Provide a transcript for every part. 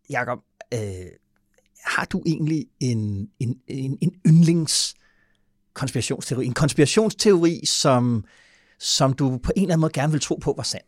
Jakob, har du egentlig en yndlingskonspirationsteori? En konspirationsteori, som du på en eller anden måde gerne vil tro på var sand?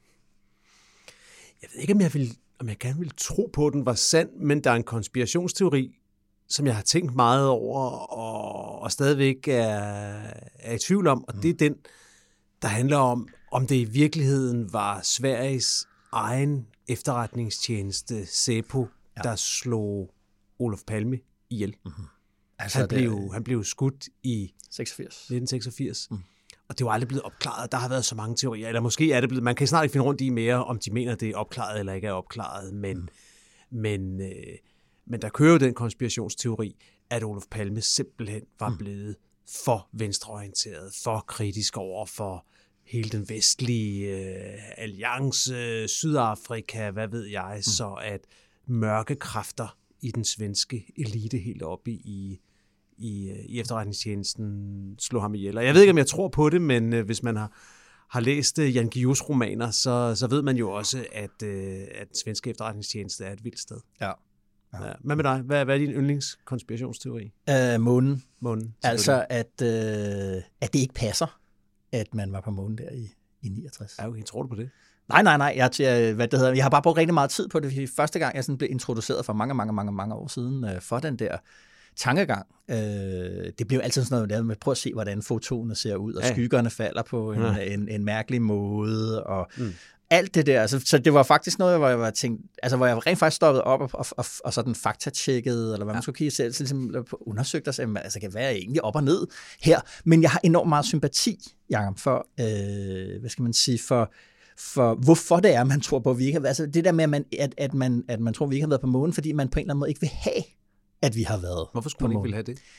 Jeg ved ikke, om jeg gerne vil tro på, at den var sand, men der er en konspirationsteori, som jeg har tænkt meget over, og stadigvæk er i tvivl om, og det er den, der handler om det i virkeligheden var Sveriges egen efterretningstjeneste, SÄPO, der slog Olof Palme ihjel. Mm-hmm. Altså, han blev skudt i 1986. Og det var aldrig blevet opklaret. Der har været så mange teorier, eller måske er det blevet, man kan snart ikke finde rundt i mere, om de mener, det er opklaret eller ikke er opklaret, men der kører jo den konspirationsteori, at Olof Palme simpelthen var blevet for venstreorienteret, for kritisk over for hele den vestlige alliance, Sydafrika, hvad ved jeg, så at mørke kræfter i den svenske elite helt oppe i efterretningstjenesten slog ham ihjel. Og jeg ved ikke, om jeg tror på det, men hvis man har læst Jan Guillous romaner, så ved man jo også, at den svenske efterretningstjeneste er et vildt sted. Ja. Hvad med dig? Hvad er din yndlingskonspirationsteori? Månen. Altså, at det ikke passer, at man var på månen der i 69. Ja, okay. Tror du på det? Nej. Jeg har bare brugt rigtig meget tid på det. Første gang, jeg sådan blev introduceret for mange år siden for den der tankegang. Det blev altid sådan noget med, prøv at se, hvordan fotonerne ser ud, og skyggerne falder på en mærkelig måde, og alt det der. Så det var faktisk noget, hvor jeg tænkte, altså hvor jeg rent faktisk stoppede op og sådan faktatjekkede, eller hvad man skulle kigge selv, så ligesom undersøgte og sagde, altså hvad er egentlig op og ned her? Men jeg har enormt meget sympati, Jacob, for, hvad skal man sige, for hvorfor det er, man tror på, at vi ikke har været. Altså det der med, at man tror, at vi ikke har været på månen, fordi man på en eller anden måde ikke vil have, at vi har været. Hvorfor skulle man ikke ville have det?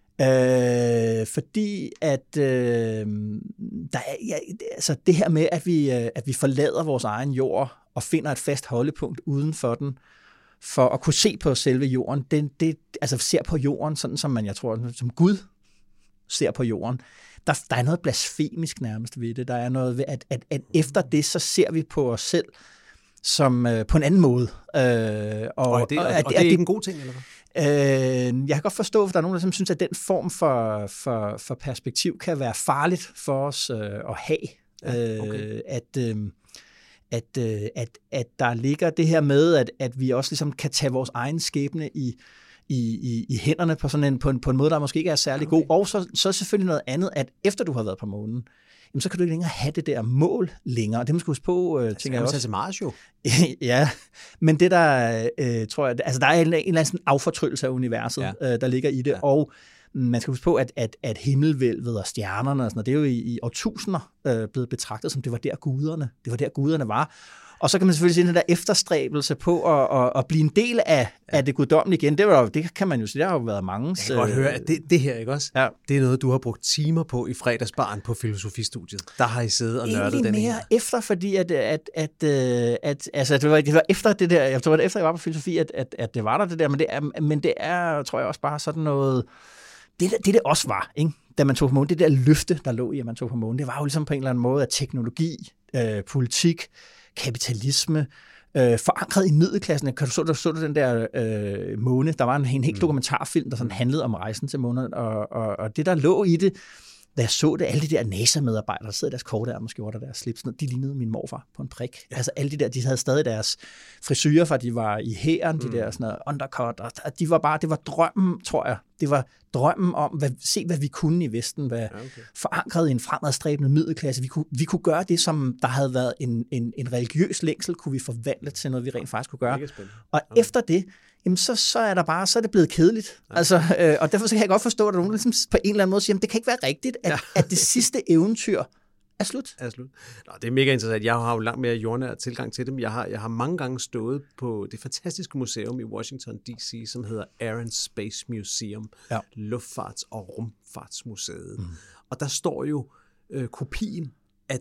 Fordi at altså det her med, at vi forlader vores egen jord og finder et fast holdepunkt uden for den, for at kunne se på selve jorden, altså ser på jorden, sådan som man, jeg tror, som Gud ser på jorden. Der er noget blasfemisk nærmest ved det. Der er noget ved, at efter det, så ser vi på os selv som på en anden måde. Og det er ikke en god ting, eller hvad? Jeg kan godt forstå, at der er nogen, der synes, at den form for perspektiv kan være farligt for os at have. Ja, okay. At der ligger det her med, at vi også ligesom kan tage vores egen skæbne i hænderne på sådan på en måde, der måske ikke er særlig god. Og så selvfølgelig noget andet, at efter du har været på månen, jamen, så kan du ikke længere have det der mål længere. Det man skal huske på, tænker jeg også. Til Mars jo. Ja, men det der, tror jeg, altså der er en eller anden sådan affortryllelse af universet, der ligger i det, og man skal huske på, at himmelvælvet og stjernerne og sådan noget, det er jo i årtusinder blevet betragtet som, det var der guderne var. Og så kan man selvfølgelig se den der efterstræbelse på at blive en del af det guddommelige igen. Det kan man jo sige, der har jo været mange. Jeg kan godt høre, at det her, ikke også? Ja. Det er noget, du har brugt timer på i fredagsbaren på filosofistudiet. Der har I siddet og nørdet den her. Mere efter, fordi altså, det var efter det der, jeg tror, det efter jeg var på filosofi, at det var der det der, men det er, tror jeg også bare sådan noget, det også var, ikke? Da man tog på månen, det der løfte, der lå i, at man tog på månen, det var jo ligesom på en eller anden måde, at teknologi, politik, kapitalisme, forankret i middelklassen. Så du den der måne? Der var en helt dokumentarfilm, der sådan handlede om rejsen til månen, og det, der lå i det, da jeg så det, alle de der NASA-medarbejdere, der sidder i deres kortærmer og skjorter, deres slips, de lignede min morfar på en prik. Ja. Altså alle de der, de havde stadig deres frisyrer, fra de var i hæren, de der sådan noget undercut, og det var drømmen, tror jeg. Det var drømmen om, se hvad vi kunne i Vesten, forankret i en fremadstræbende middelklasse. Vi kunne gøre det, som der havde været en religiøs længsel, kunne vi forvandle til noget, vi rent faktisk kunne gøre. Og efter det, jamen så er det blevet kedeligt. Altså, og derfor så kan jeg godt forstå, at der nogen ligesom på en eller anden måde siger, at det kan ikke være rigtigt, at det sidste eventyr er slut. Nå, det er mega interessant. Jeg har jo langt mere jordnær tilgang til dem. Jeg har mange gange stået på det fantastiske museum i Washington D.C., som hedder Air and Space Museum, Luftfarts- og Rumfartsmuseet. Og der står jo kopien af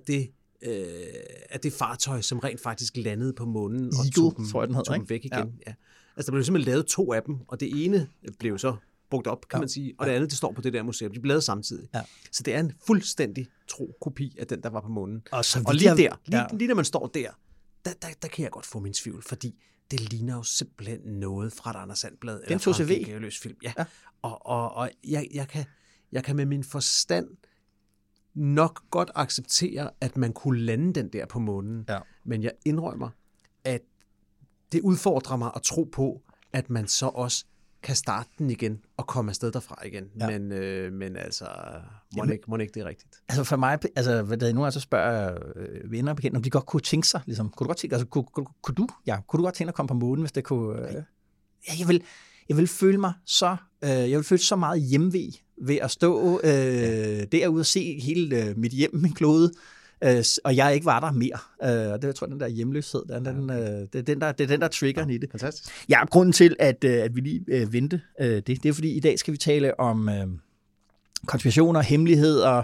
det fartøj, som rent faktisk landede på månen og tog dem væk igen. Ja. Altså, der blev simpelthen lavet 2 af dem, og det ene blev så brugt op, kan man sige, og det andet, det står på det der museum. De blev lavet samtidig. Ja. Så det er en fuldstændig tro kopi af den, der var på månen. Og lige der, lige når man står der, der kan jeg godt få min tvivl, fordi det ligner jo simpelthen noget fra et Anders Sandblad. Den 2CV. Gæveløs film, ja. Og jeg kan med min forstand nok godt acceptere, at man kunne lande den der på månen. Ja. Men jeg indrømmer, at det udfordrer mig at tro på, at man så også kan starte den igen og komme afsted derfra igen. Ja. Men altså, må ikke det er rigtigt. Altså for mig, da nu altså spørger venner og bekendte, om de godt kunne tænke sig, ligesom, kunne du godt tænke at komme på månen, hvis det kunne... Ja, jeg vil føle mig så, så meget hjemve ved at stå derude og se hele mit hjem, min klode, og jeg ikke var der mere. Og det jeg tror den der hjemløshed, det er den der triggeren i det. Fantastisk. Ja, grunden til, at vi lige vente, det er fordi i dag skal vi tale om konspirationer, hemmeligheder,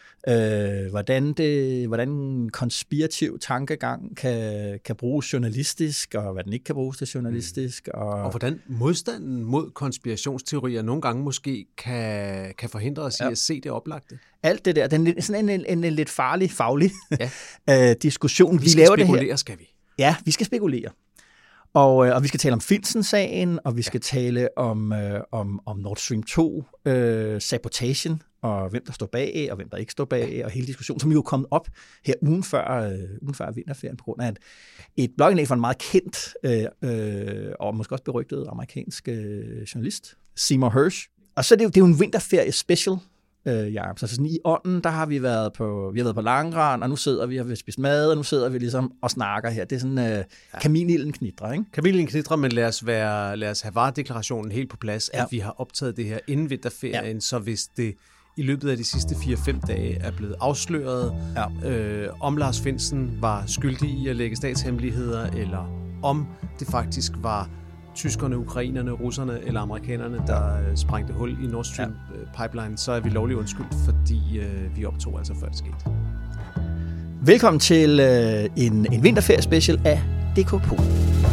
hvordan konspirativ tankegang kan bruges journalistisk, og hvad den ikke kan bruges til journalistisk. Og hvordan modstanden mod konspirationsteorier nogle gange måske kan forhindre os i at se det oplagte. Alt det der, den er sådan en lidt farlig, faglig diskussion. Vi skal spekulere, skal vi? Ja, vi skal spekulere. Og vi skal tale om Findsen-sagen, og vi skal tale om Nord Stream 2, sabotagen, og hvem der står bag, og hvem der ikke står bag, og hele diskussionen, som jo er kommet op her ugen før vinterferien, på grund af et blogindlæg fra en meget kendt, og måske også berygtet amerikansk journalist, Seymour Hersh. Og så er det jo en vinterferie special, så sådan i ånden, der har vi været på Langrand, og nu sidder vi og vil spise mad, og nu sidder vi ligesom og snakker her. Det er sådan, kaminilden knitrer, ikke? Kaminilden knitrer, men lad os have varedeklarationen helt på plads, at vi har optaget det her inden vinterferien, så hvis det i løbet af de sidste 4-5 dage er blevet afsløret, om Lars Findsen var skyldig i at lægge statshemmeligheder, eller om det faktisk var tyskerne, ukrainerne, russerne eller amerikanerne, der sprængte hul i Nord Stream pipeline, så er vi lovligt undskyldt, fordi vi optog altså før det skete. Velkommen til en vinterferie special af DK Pol.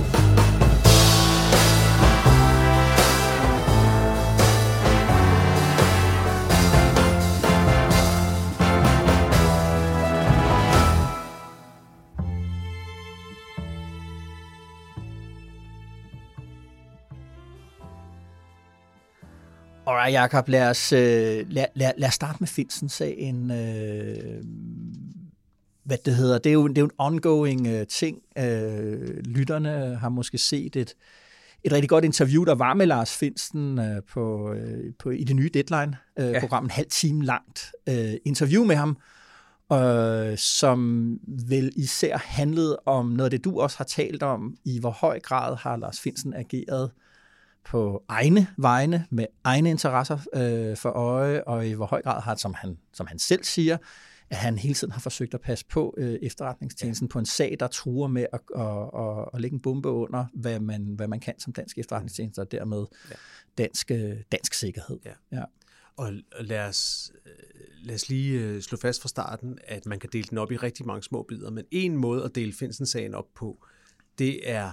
Alright, Jacob, lad os starte med Findsen-sagen. Hvad det hedder, det er jo en ongoing ting. Lytterne har måske set et rigtig godt interview, der var med Lars Findsen i det nye Deadline-program, en halv time langt interview med ham, som vel især handlede om noget af det, du også har talt om, i hvor høj grad har Lars Findsen ageret på egne vegne, med egne interesser for øje, og i hvor høj grad har, som han selv siger, at han hele tiden har forsøgt at passe på efterretningstjenesten på en sag, der truer med at lægge en bombe under, hvad man kan som dansk efterretningstjeneste, og dermed dansk sikkerhed. Ja. Og lad os lige slå fast fra starten, at man kan dele den op i rigtig mange små bidder, men en måde at dele Findsen-sagen op på, det er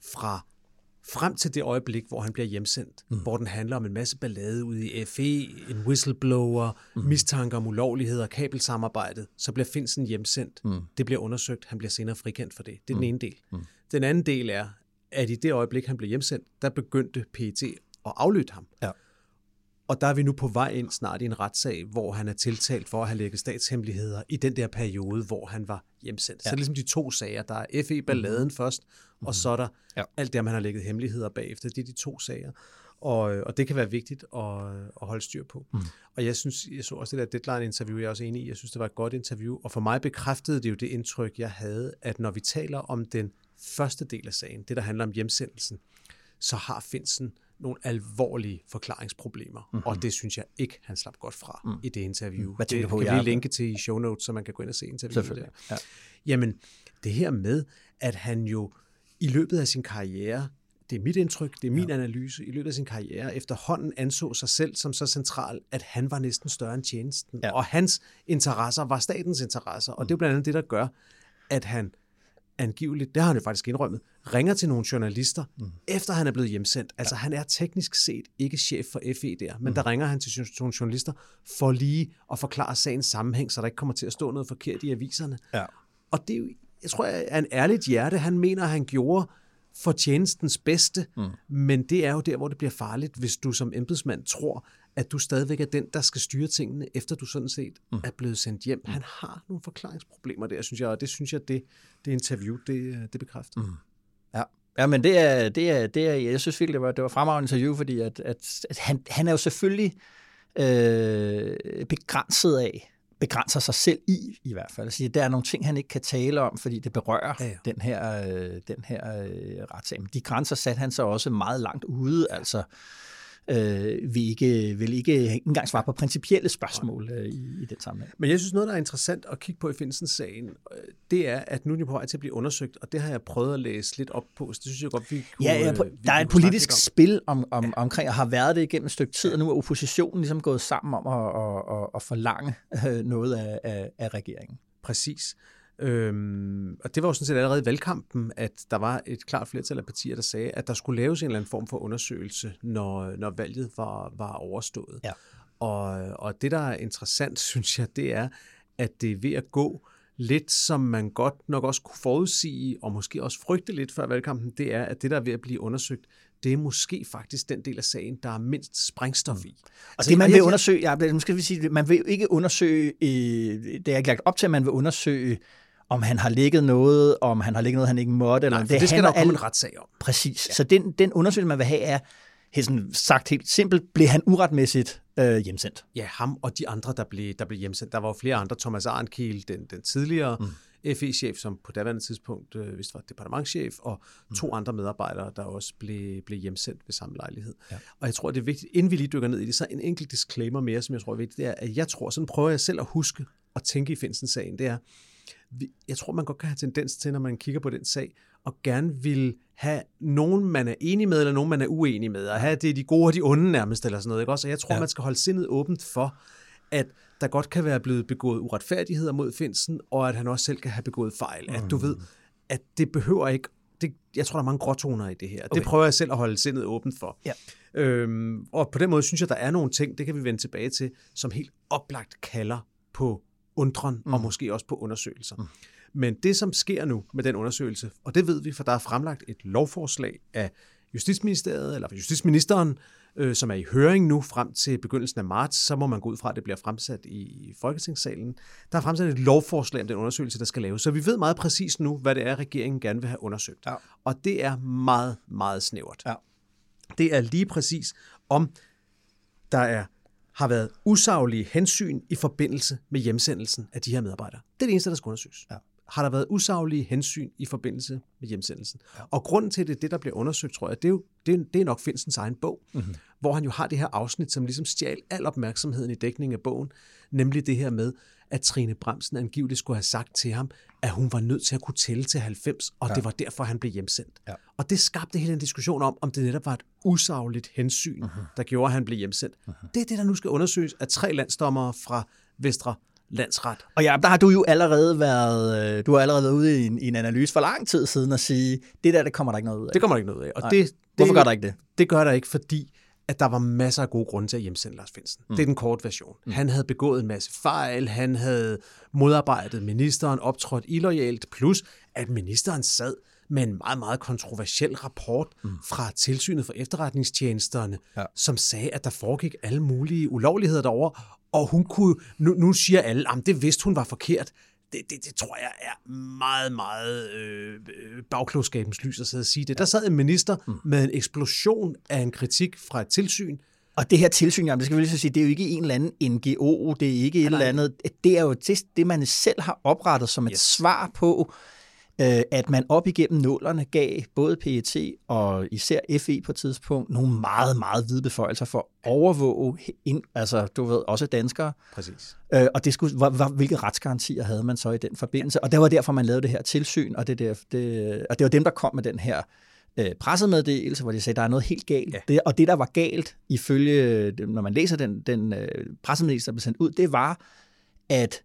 frem til det øjeblik, hvor han bliver hjemsendt, hvor den handler om en masse ballade ude i FE, en whistleblower, mistanker om ulovligheder, kabelsamarbejdet, så bliver Findsen hjemsendt. Det bliver undersøgt, han bliver senere frikendt for det. Det er den ene del. Den anden del er, at i det øjeblik, han blev hjemsendt, der begyndte PET at aflytte ham. Ja. Og der er vi nu på vej ind snart i en retssag, hvor han er tiltalt for at have lægget statshemmeligheder i den der periode, hvor han var hjemsendt. Så det er ligesom de to sager. Der er FE-balladen først, og så er der alt det, man har lægget hemmeligheder bagefter. Det er de to sager. Og det kan være vigtigt at holde styr på. Og jeg så også det der Deadline-interview, jeg er også enig i. Jeg synes, det var et godt interview. Og for mig bekræftede det jo det indtryk, jeg havde, at når vi taler om den første del af sagen, det der handler om hjemsendelsen, så har Findsen nogle alvorlige forklaringsproblemer, og det synes jeg ikke, han slap godt fra i det interview. Hvad tænker det på, kan vi linke til i show notes, så man kan gå ind og se interviewet der. Ja. Jamen, det her med, at han jo i løbet af sin karriere, det er mit indtryk, det er min analyse, i løbet af sin karriere efterhånden anså sig selv som så central, at han var næsten større end tjenesten, og hans interesser var statens interesser, og det er blandt andet det, der gør, at han angiveligt, det har han jo faktisk indrømmet, ringer til nogle journalister, efter han er blevet hjemsendt. Altså han er teknisk set ikke chef for FE der, men der ringer han til nogle journalister for lige at forklare sagens sammenhæng, så der ikke kommer til at stå noget forkert i aviserne. Ja. Og det er jo, jeg tror, af en ærligt hjerte, han mener, at han gjorde for tjenestens bedste, men det er jo der, hvor det bliver farligt, hvis du som embedsmand tror, at du stadigvæk er den, der skal styre tingene, efter du sådan set er blevet sendt hjem. Han har nogle forklaringsproblemer der, synes jeg, og det synes jeg, det interview, det bekræfter. Ja, men det er, jeg synes virkelig, det var fremragende interview, fordi at han er jo selvfølgelig begrænser sig selv i hvert fald. Altså, der er nogle ting, han ikke kan tale om, fordi det berører den her retssag. Men de grænser satte han så også meget langt ude, altså vil ikke engang svare på principielle spørgsmål i den sammenhæng. Men jeg synes, noget, der er interessant at kigge på i Findsen-sagen, det er, at nu er de på vej til at blive undersøgt, og det har jeg prøvet at læse lidt op på, så det synes jeg godt, vi kunne... Der er et politisk spil omkring, og har været det igennem et stykke tid, og nu er oppositionen ligesom gået sammen om at forlange noget af regeringen. Præcis. Og det var jo sådan set allerede i valgkampen, at der var et klart flertal af partier, der sagde, at der skulle laves en eller anden form for undersøgelse, når valget var overstået. Ja. Og det, der er interessant, synes jeg, det er, at det er ved at gå lidt, som man godt nok også kunne forudsige, og måske også frygte lidt før valgkampen, det er, at det, der er ved at blive undersøgt, det er måske faktisk den del af sagen, der er mindst sprængstof i. Og det, man vil undersøge, man vil ikke undersøge, det er ikke lagt op til, at man vil undersøge, om han har ligget noget, om han har ligget noget, han ikke måtte. Nej, eller det skal der komme en retssag om. Præcis. Ja. Så den undersøgelse, man vil have, er sagt helt simpelt, blev han uretmæssigt hjemsendt? Ja, ham og de andre, der blev hjemsendt. Der var jo flere andre. Thomas Arnkiel, den tidligere FE-chef, som på daværende tidspunkt vist var departementschef, og 2 andre medarbejdere, der også blev hjemsendt ved samme lejlighed. Ja. Og jeg tror, det er vigtigt, inden vi lige dykker ned i det, så en enkelt disclaimer mere, som jeg tror er vigtigt, det er, at jeg tror, sådan prøver jeg selv at huske og tænke i Findsen-sagen, det er, jeg tror, man godt kan have tendens til, når man kigger på den sag, og gerne vil have nogen, man er enig med, eller nogen, man er uenig med, og have det de gode og de onde nærmest, eller sådan noget. Ikke også? Og jeg tror, man skal holde sindet åbent for, at der godt kan være blevet begået uretfærdigheder mod Findsen, og at han også selv kan have begået fejl. At du ved, at det behøver ikke... jeg tror, der er mange gråtoner i det her. Okay. Det prøver jeg selv at holde sindet åbent for. Ja. Og på den måde synes jeg, der er nogle ting, det kan vi vende tilbage til, som helt oplagt kalder på undren, og måske også på undersøgelser. Men det, som sker nu med den undersøgelse, og det ved vi, for der er fremlagt et lovforslag af Justitsministeriet, eller Justitsministeren, som er i høring nu frem til begyndelsen af marts, så må man gå ud fra, at det bliver fremsat i Folketingssalen. Der er fremsat et lovforslag om den undersøgelse, der skal laves. Så vi ved meget præcis nu, hvad det er, regeringen gerne vil have undersøgt. Ja. Og det er meget, meget snævert. Ja. Det er lige præcis, om der har været usaglige hensyn i forbindelse med hjemsendelsen af de her medarbejdere. Det er det eneste, der skal undersøges. Ja. Har der været usaglige hensyn i forbindelse med hjemsendelsen? Ja. Og grunden til det der bliver undersøgt, tror jeg, det er nok Findsens egen bog, hvor han jo har det her afsnit, som ligesom stjal al opmærksomheden i dækningen af bogen, nemlig det her med, at Trine Bramsen angiveligt skulle have sagt til ham, at hun var nødt til at kunne tælle til 90, og det var derfor, han blev hjemsendt. Ja. Og det skabte hele en diskussion om det netop var et usagligt hensyn, der gjorde, at han blev hjemsendt. Det er det, der nu skal undersøges af 3 landsdommere fra Vestre Landsret. Og ja, der har du jo allerede været ude i en analyse for lang tid siden og sige, det kommer der ikke noget ud af. Det kommer der ikke noget ud af. Og hvorfor gør der ikke det? Det gør der ikke, fordi at der var masser af gode grunde til at hjemsende Lars Findsen. Det er den korte version. Han havde begået en masse fejl, han havde modarbejdet ministeren, optrådt illoyalt, plus at ministeren sad med en meget, meget kontroversiel rapport fra Tilsynet for Efterretningstjenesterne, som sagde, at der foregik alle mulige ulovligheder derovre, og hun kunne, nu siger alle, at det vidste hun var forkert. Det tror jeg er meget, meget bagklogskabens lys at sidde og sige det. Der sad en minister med en eksplosion af en kritik fra et tilsyn. Og det her tilsyn, det skal vi lige sige, det er jo ikke en eller anden NGO, det er ikke et eller andet, det er jo det, man selv har oprettet som et svar på, at man op igennem nullerne gav både PET og især FE på et tidspunkt nogle meget, meget vide beføjelser for at overvåge, også danskere. Præcis. Og det skulle, hvilke retsgarantier havde man så i den forbindelse? Og det var derfor, man lavede det her tilsyn, og det var dem, der kom med den her pressemeddelelse, hvor de sagde, at der er noget helt galt. Ja. Og det, der var galt, ifølge, når man læser den pressemeddelelse, der blev sendt ud, det var, at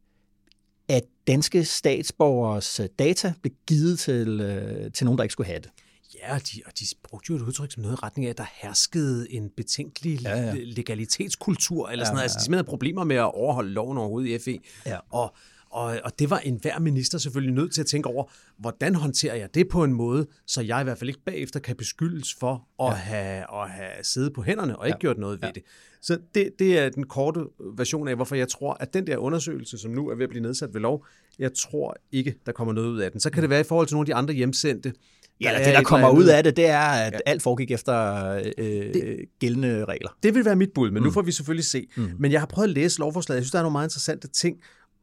danske statsborgers data blev givet til nogen, der ikke skulle have det. Ja, og de brugte jo et udtryk som noget i retning af, at der herskede en betænkelig legalitetskultur, eller sådan noget. Altså, de simpelthen havde problemer med at overholde loven overhovedet i FE. Ja. Og det var enhver minister selvfølgelig nødt til at tænke over, hvordan håndterer jeg det på en måde, så jeg i hvert fald ikke bagefter kan beskyldes for at have siddet på hænderne og ikke gjort noget ved det. Så det er den korte version af, hvorfor jeg tror, at den der undersøgelse, som nu er ved at blive nedsat ved lov, jeg tror ikke, der kommer noget ud af den. Så kan det være i forhold til nogle af de andre hjemsendte. Der kommer ud af det, det er, at alt foregik efter gældende regler. Det vil være mit bud, men nu får vi selvfølgelig se. Men jeg har prøvet at læse lovforslaget. Jeg synes, der er nogle meget interessante ting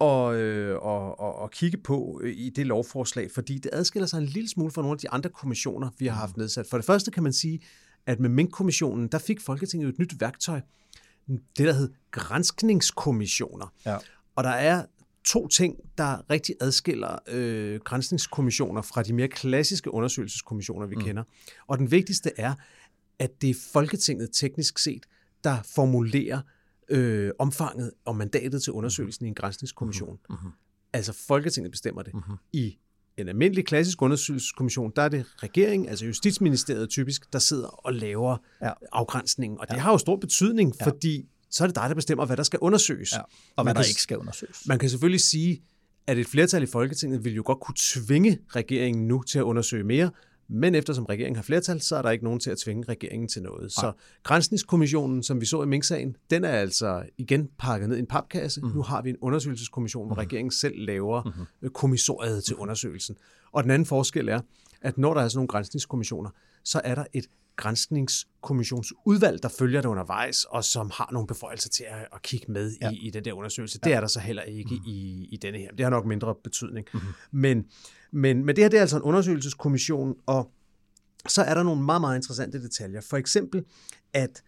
at kigge på i det lovforslag, fordi det adskiller sig en lille smule fra nogle af de andre kommissioner, vi har haft nedsat. For det første kan man sige, at med Mink-kommissionen, der fik Folketinget et nyt værktøj, det der hed granskningskommissioner. Ja. Og der er 2 ting, der rigtig adskiller granskningskommissioner fra de mere klassiske undersøgelseskommissioner, vi kender. Og den vigtigste er, at det er Folketinget teknisk set, der formulerer omfanget og mandatet til undersøgelsen i en granskningskommission. Altså Folketinget bestemmer det. I en almindelig klassisk undersøgelseskommission, der er det regeringen, altså Justitsministeriet typisk, der sidder og laver afgrænsningen. Og det har jo stor betydning, fordi så er det dig, der bestemmer, hvad der skal undersøges. Ja, og hvad der ikke skal undersøges. Man kan selvfølgelig sige, at et flertal i Folketinget vil jo godt kunne tvinge regeringen nu til at undersøge mere, men eftersom regeringen har flertal, så er der ikke nogen til at tvinge regeringen til noget. Så granskningskommissionen, som vi så i Mink-sagen, den er altså igen pakket ned i en papkasse. Nu har vi en undersøgelseskommission, hvor regeringen selv laver kommissoriet til undersøgelsen. Og den anden forskel er, at når der er sådan nogle granskningskommissioner, så er der et granskningskommissionsudvalg, der følger det undervejs, og som har nogle beføjelser til at kigge med i den der undersøgelse. Det er der så heller ikke i denne her. Det har nok mindre betydning. Men det her, det er altså en undersøgelseskommission, og så er der nogle meget, meget interessante detaljer. For eksempel, at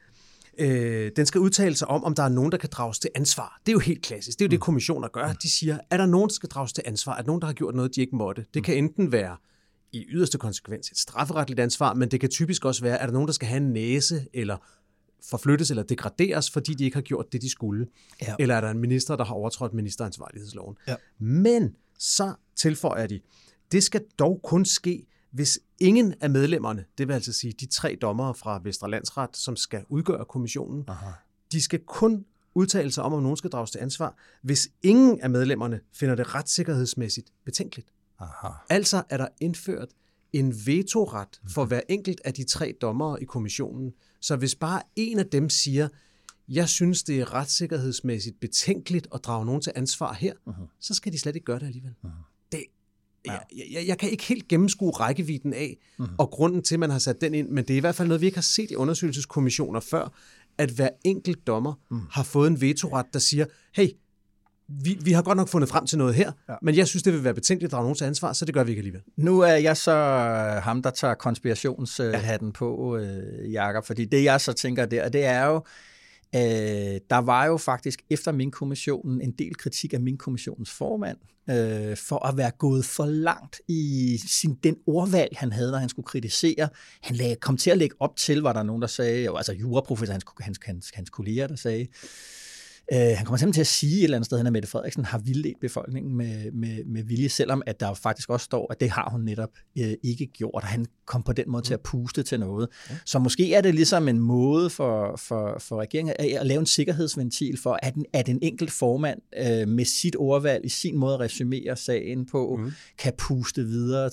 den skal udtale sig om der er nogen, der kan drages til ansvar. Det er jo helt klassisk. Det er jo det, kommissioner gør. De siger, er der nogen, der skal drages til ansvar? Er der nogen, der har gjort noget, de ikke måtte? Det kan enten være i yderste konsekvens et strafferetligt ansvar, men det kan typisk også være, er der nogen, der skal have en næse, eller forflyttes eller degraderes, fordi de ikke har gjort det, de skulle. Ja. Eller er der en minister, der har overtrådt ministeransvarlighedsloven. Ja. Men så tilføjer de, det skal dog kun ske, hvis ingen af medlemmerne, det vil altså sige de 3 dommere fra Vestre Landsret, som skal udgøre kommissionen, de skal kun udtale sig om nogen skal drages til ansvar, hvis ingen af medlemmerne finder det retssikkerhedsmæssigt betænkeligt. Altså er der indført en vetoret for hver enkelt af de 3 dommere i kommissionen. Så hvis bare en af dem siger, jeg synes, det er retssikkerhedsmæssigt betænkeligt at drage nogen til ansvar her, så skal de slet ikke gøre det alligevel. Jeg kan ikke helt gennemskue rækkevidden af, og grunden til, at man har sat den ind, men det er i hvert fald noget, vi ikke har set i undersøgelseskommissioner før, at hver enkelt dommer har fået en vetoret, der siger, hey, vi har godt nok fundet frem til noget her, men jeg synes, det vil være betænkeligt at drage nogen til ansvar, så det gør vi ikke alligevel. Nu er jeg så ham, der tager konspirationshatten på, Jakob, fordi det, jeg så tænker der, det er jo, der var jo faktisk efter Mink-kommissionen en del kritik af Mink-kommissionens formand, for at være gået for langt i den ordvalg, han havde, når han skulle kritisere. Han kom til at lægge op til, var der nogen, der sagde, altså juraprofessor, hans kolleger, der sagde, han kommer simpelthen til at sige et eller andet sted, at Mette Frederiksen har vildledt befolkningen med vilje, selvom at der faktisk også står, at det har hun netop ikke gjort, og han kom på den måde til at puste til noget. Ja. Så måske er det ligesom en måde for regeringen at lave en sikkerhedsventil for, at en enkelt formand med sit ordvalg i sin måde at resumere sagen på, kan puste videre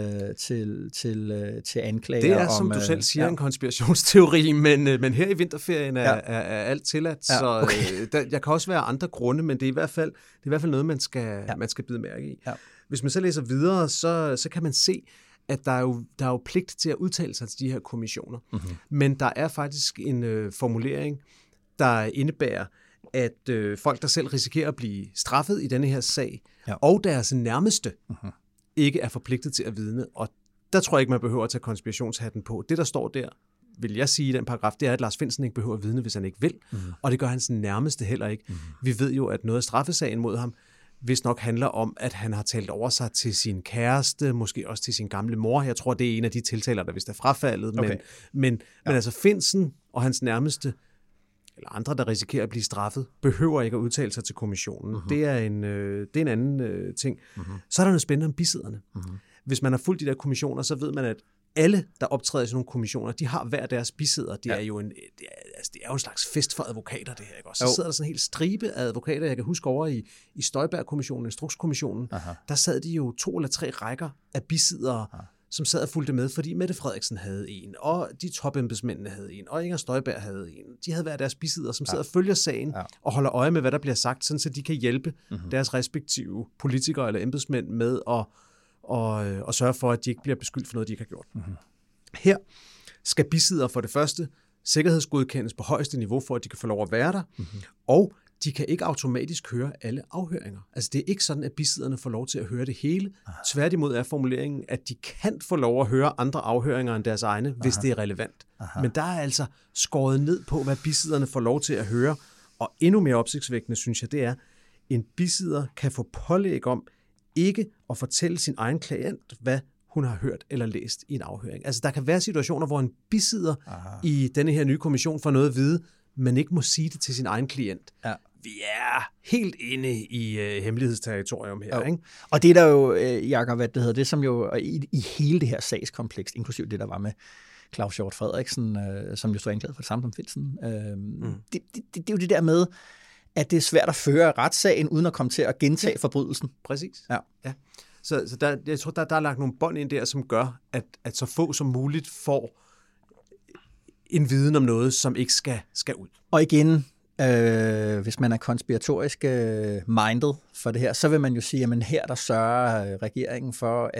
til anklager. Det er, som du selv siger, en konspirationsteori, men her i vinterferien er alt tilladt, så okay. Jeg kan også være andre grunde, men det er i hvert fald noget, man skal bide mærke i. Ja. Hvis man så læser videre, så kan man se, at der er jo pligt til at udtale sig til de her kommissioner. Men der er faktisk en formulering, der indebærer, at folk, der selv risikerer at blive straffet i denne her sag, og deres nærmeste ikke er forpligtet til at vidne. Og der tror jeg ikke, man behøver at tage konspirationshatten på. Det, der står der, vil jeg sige i den paragraf, det er, at Lars Findsen ikke behøver at vidne, hvis han ikke vil. Og det gør hans nærmeste heller ikke. Vi ved jo, at noget af straffesagen mod ham vist nok handler om, at han har talt over sig til sin kæreste, måske også til sin gamle mor. Jeg tror, det er en af de tiltaler, der vist er frafaldet. Okay. Men altså Findsen og hans nærmeste, eller andre, der risikerer at blive straffet, behøver ikke at udtale sig til kommissionen. Det er en anden ting. Så er der noget spændende om bisidderne. Hvis man har fulgt de der kommissioner, så ved man, at alle, der optræder i sådan nogle kommissioner, de har hver deres bisidder. Det er jo en slags fest for advokater, det her. Ikke? Så sidder der sådan en hel stribe af advokater. Jeg kan huske over i Støjberg-kommissionen, Instrukskommissionen, der sad de jo 2 eller 3 rækker af bisiddere, som sad og fulgte med, fordi Mette Frederiksen havde en, og de topembedsmændene havde en, og Inger Støjberg havde en. De havde hver deres bisidder, som sidder og følger sagen og holder øje med, hvad der bliver sagt, sådan så de kan hjælpe deres respektive politikere eller embedsmænd med at sørge for, at de ikke bliver beskyldt for noget, de ikke har gjort. Her skal bisidder for det første sikkerhedsgodkendes på højeste niveau, for at de kan få lov at være der, og de kan ikke automatisk høre alle afhøringer. Altså det er ikke sådan, at bisidderne får lov til at høre det hele. Tværtimod er formuleringen, at de kan få lov at høre andre afhøringer end deres egne, hvis det er relevant. Men der er altså skåret ned på, hvad bisidderne får lov til at høre. Og endnu mere opsigtsvækkende, synes jeg, det er, en bisidder kan få pålæg om ikke at fortælle sin egen klient, hvad hun har hørt eller læst i en afhøring. Altså der kan være situationer, hvor en bisidder i denne her nye kommission får noget at vide, men ikke må sige det til sin egen klient. Ja. Vi er helt inde i hemmelighedsterritorium her. Ikke? Og det er der jo, Jakob, hvad det hedder, det som jo i hele det her sagskompleks, inklusiv det, der var med Claus Hjort Frederiksen, som jo stod anklaget for det samme som Findsen. Det er jo det der med, at det er svært at føre retssagen, uden at komme til at gentage forbrydelsen. Præcis. Ja. Så der, jeg tror, der er lagt nogle bånd ind der, som gør, at så få som muligt får en viden om noget, som ikke skal ud. Og igen, hvis man er konspiratorisk minded for det her, så vil man jo sige, at her der sørger regeringen for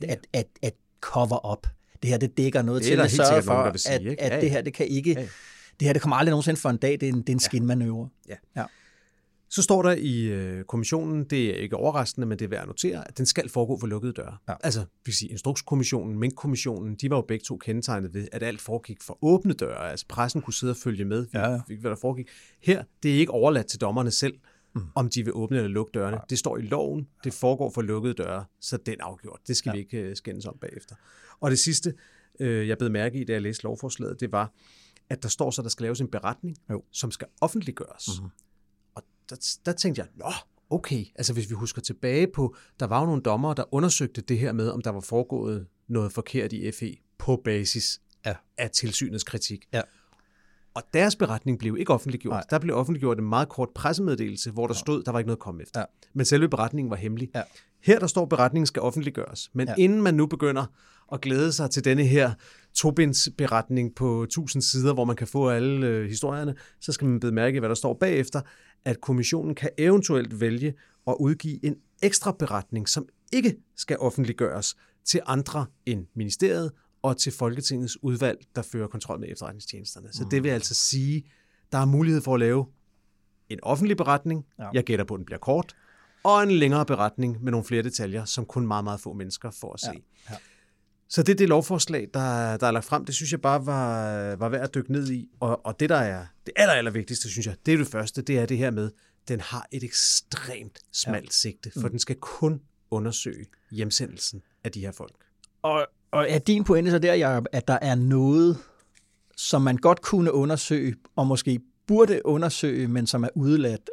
at cover up. Det her, det dækker noget til at sørge for, at det her, det kan ikke... Det her, det kommer aldrig nogensinde for en dag. Det er en skinmanøvre. Ja. Så står der i kommissionen, det er ikke overraskende, men det er værd at notere, at den skal foregå for lukkede døre. Ja. Altså, vi kan sige, Instrukskommissionen, Mink-kommissionen, de var jo begge to kendetegnet ved, at alt foregik for åbne døre. Altså, pressen kunne sidde og følge med, hvad der foregik. Her, det er ikke overladt til dommerne selv, om de vil åbne eller lukke dørene. Det står i loven, det foregår for lukkede døre, så den er afgjort. Det skal vi ikke skændes om bagefter. Og det sidste, jeg blev mærke i, da jeg læste lovforslaget, det var, at der står så, der skal laves en beretning, som skal offentliggøres. Og der tænkte jeg, okay, altså hvis vi husker tilbage på, der var jo nogle dommere, der undersøgte det her med, om der var foregået noget forkert i FE på basis af tilsynets kritik. Ja. Og deres beretning blev ikke offentliggjort. Nej. Der blev offentliggjort en meget kort pressemeddelelse, hvor der stod, der var ikke noget at komme efter. Ja. Men selve beretningen var hemmelig. Ja. Her der står, beretningen skal offentliggøres. Men inden man nu begynder at glæde sig til denne her tobindsberetning på 1000 sider, hvor man kan få alle historierne, så skal man bede mærke, hvad der står bagefter, at kommissionen kan eventuelt vælge at udgive en ekstra beretning, som ikke skal offentliggøres til andre end ministeriet og til Folketingets udvalg, der fører kontrol med efterretningstjenesterne. Så det vil altså sige, der er mulighed for at lave en offentlig beretning, jeg gætter på, at den bliver kort, og en længere beretning med nogle flere detaljer, som kun meget, meget få mennesker får at se. Ja. Så det er det lovforslag, der er lagt frem. Det synes jeg bare var værd at dykke ned i. Og det, der er det aller vigtigste, synes jeg, det er det første, det er det her med, den har et ekstremt smalt sigte, for den skal kun undersøge hjemsendelsen af de her folk. Og er din pointe så der, Jacob, at der er noget, som man godt kunne undersøge, og måske burde undersøge, men som er udeladt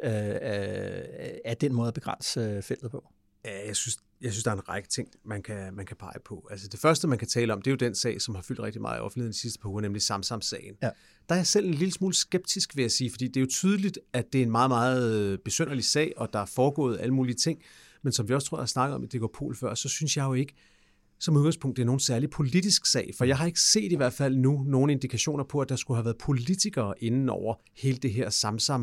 af den måde at begrænse feltet på? Ja, jeg synes, der er en række ting, man kan pege på. Altså det første, man kan tale om, det er jo den sag, som har fyldt rigtig meget i offentligheden de sidste par uger, nemlig Samsam-sagen. Ja. Der er jeg selv en lille smule skeptisk, vil jeg sige, fordi det er jo tydeligt, at det er en meget, meget besynderlig sag, og der er foregået alle mulige ting. Men som vi også tror, jeg har snakket om i DK-Pol før, så synes jeg jo ikke, som udgangspunkt, det er nogen særlig politisk sag. For jeg har ikke set i hvert fald nu nogen indikationer på, at der skulle have været politikere inden over hele det her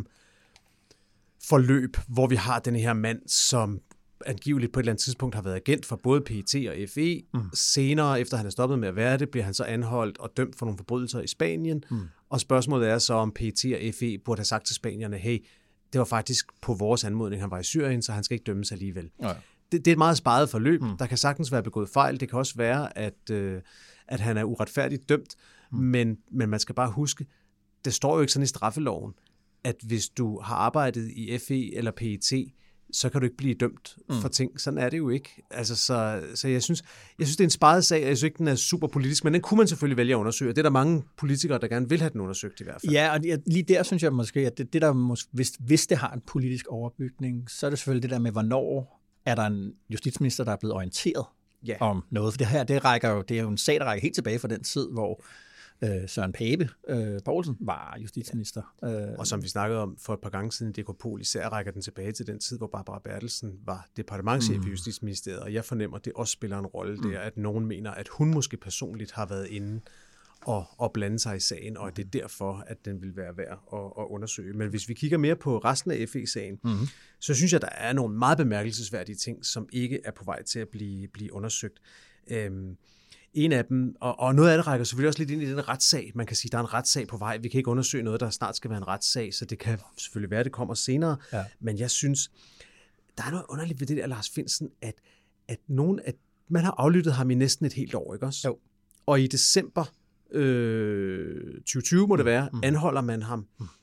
Samsam-forløb, hvor vi har den her mand, som angiveligt på et eller andet tidspunkt har været agent for både PET og FE. Senere, efter han er stoppet med at være det, bliver han så anholdt og dømt for nogle forbrydelser i Spanien. Og spørgsmålet er så, om PET og FE burde have sagt til spanierne, hey, det var faktisk på vores anmodning, han var i Syrien, så han skal ikke dømmes alligevel. Ja. Det er et meget sparet forløb. Der kan sagtens være begået fejl. Det kan også være, at han er uretfærdigt dømt. Men man skal bare huske, det står jo ikke sådan i straffeloven, at hvis du har arbejdet i FE eller PET, så kan du ikke blive dømt for ting. Sådan er det jo ikke. Altså, så jeg synes, det er en sparet sag, og jeg synes ikke, den er super politisk, men den kunne man selvfølgelig vælge at undersøge. Det er der mange politikere, der gerne vil have den undersøgt i hvert fald. Ja, og lige der synes jeg måske, at det der hvis det har en politisk overbygning, så er det selvfølgelig det der med, hvornår er der en justitsminister, der er blevet orienteret om noget. For det her, det er jo en sag, der rækker helt tilbage fra den tid, hvor Søren Pape Poulsen var justitsminister. Og som vi snakkede om for et par gange siden, DK-Pol især rækker den tilbage til den tid, hvor Barbara Bertelsen var departementschef i Justitsministeriet, og jeg fornemmer, at det også spiller en rolle der, at nogen mener, at hun måske personligt har været inde og blande sig i sagen, og det er derfor, at den vil være værd at undersøge. Men hvis vi kigger mere på resten af FE-sagen, så synes jeg, at der er nogle meget bemærkelsesværdige ting, som ikke er på vej til at blive undersøgt. En af dem, og noget af det rækker selvfølgelig også lidt ind i den retssag. Man kan sige, at der er en retssag på vej. Vi kan ikke undersøge noget, der snart skal være en retssag, så det kan selvfølgelig være, at det kommer senere. Ja. Men jeg synes, der er noget underligt ved det der, Lars Findsen, at man har aflyttet ham i næsten et helt år, ikke også? Jo. Og i december 2020 må det være, anholder man ham.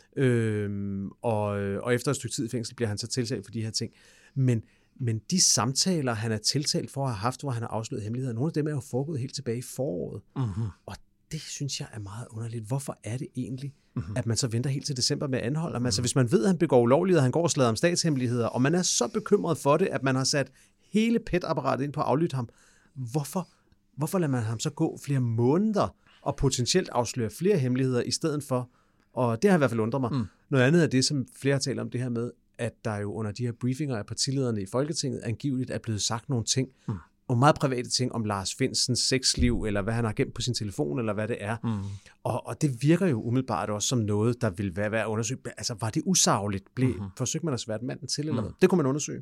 Og efter et stykke tid i fængsel bliver han så tiltalt for de her ting. Men de samtaler, han er tiltalt for at have haft, hvor han har afsløret hemmeligheder, nogle af dem er jo foregået helt tilbage i foråret. Og det synes jeg er meget underligt. Hvorfor er det egentlig, at man så venter helt til december med at anholde ham? Altså hvis man ved, at han begår ulovligheder, han går og slader om statshemmeligheder, og man er så bekymret for det, at man har sat hele PET-apparatet ind på at aflytte ham, hvorfor lader man ham så gå flere måneder og potentielt afsløre flere hemmeligheder i stedet for? Og det har i hvert fald undret mig. Noget andet er det, som flere taler om det her med, at der jo under de her briefinger af partilederne i Folketinget angiveligt er blevet sagt nogle ting, og meget private ting om Lars Findsens sexliv, eller hvad han har gemt på sin telefon, eller hvad det er. Og det virker jo umiddelbart også som noget, der vil være værd at undersøge. Altså, var det usagligt? Forsøgte man at svære manden til, eller hvad? Det kunne man undersøge.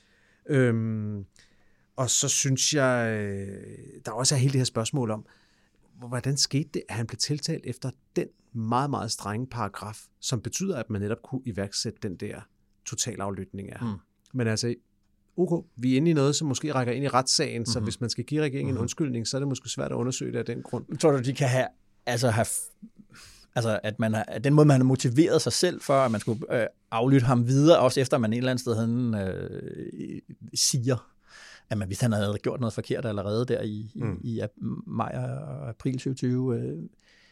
Og så synes jeg, der også er hele det her spørgsmål om, hvordan skete det, at han blev tiltalt efter den meget, meget strenge paragraf, som betyder, at man netop kunne iværksætte den der totalaflytning af ham. Men altså, okay, vi er inde i noget, som måske rækker ind i retssagen, så hvis man skal give regeringen en undskyldning, så er det måske svært at undersøge det af den grund. Tror du, de kan have at man har, den måde, man har motiveret sig selv for, at man skulle aflytte ham videre, også efter man et eller andet sted siger, at man, hvis han havde gjort noget forkert allerede der i maj og april 2020,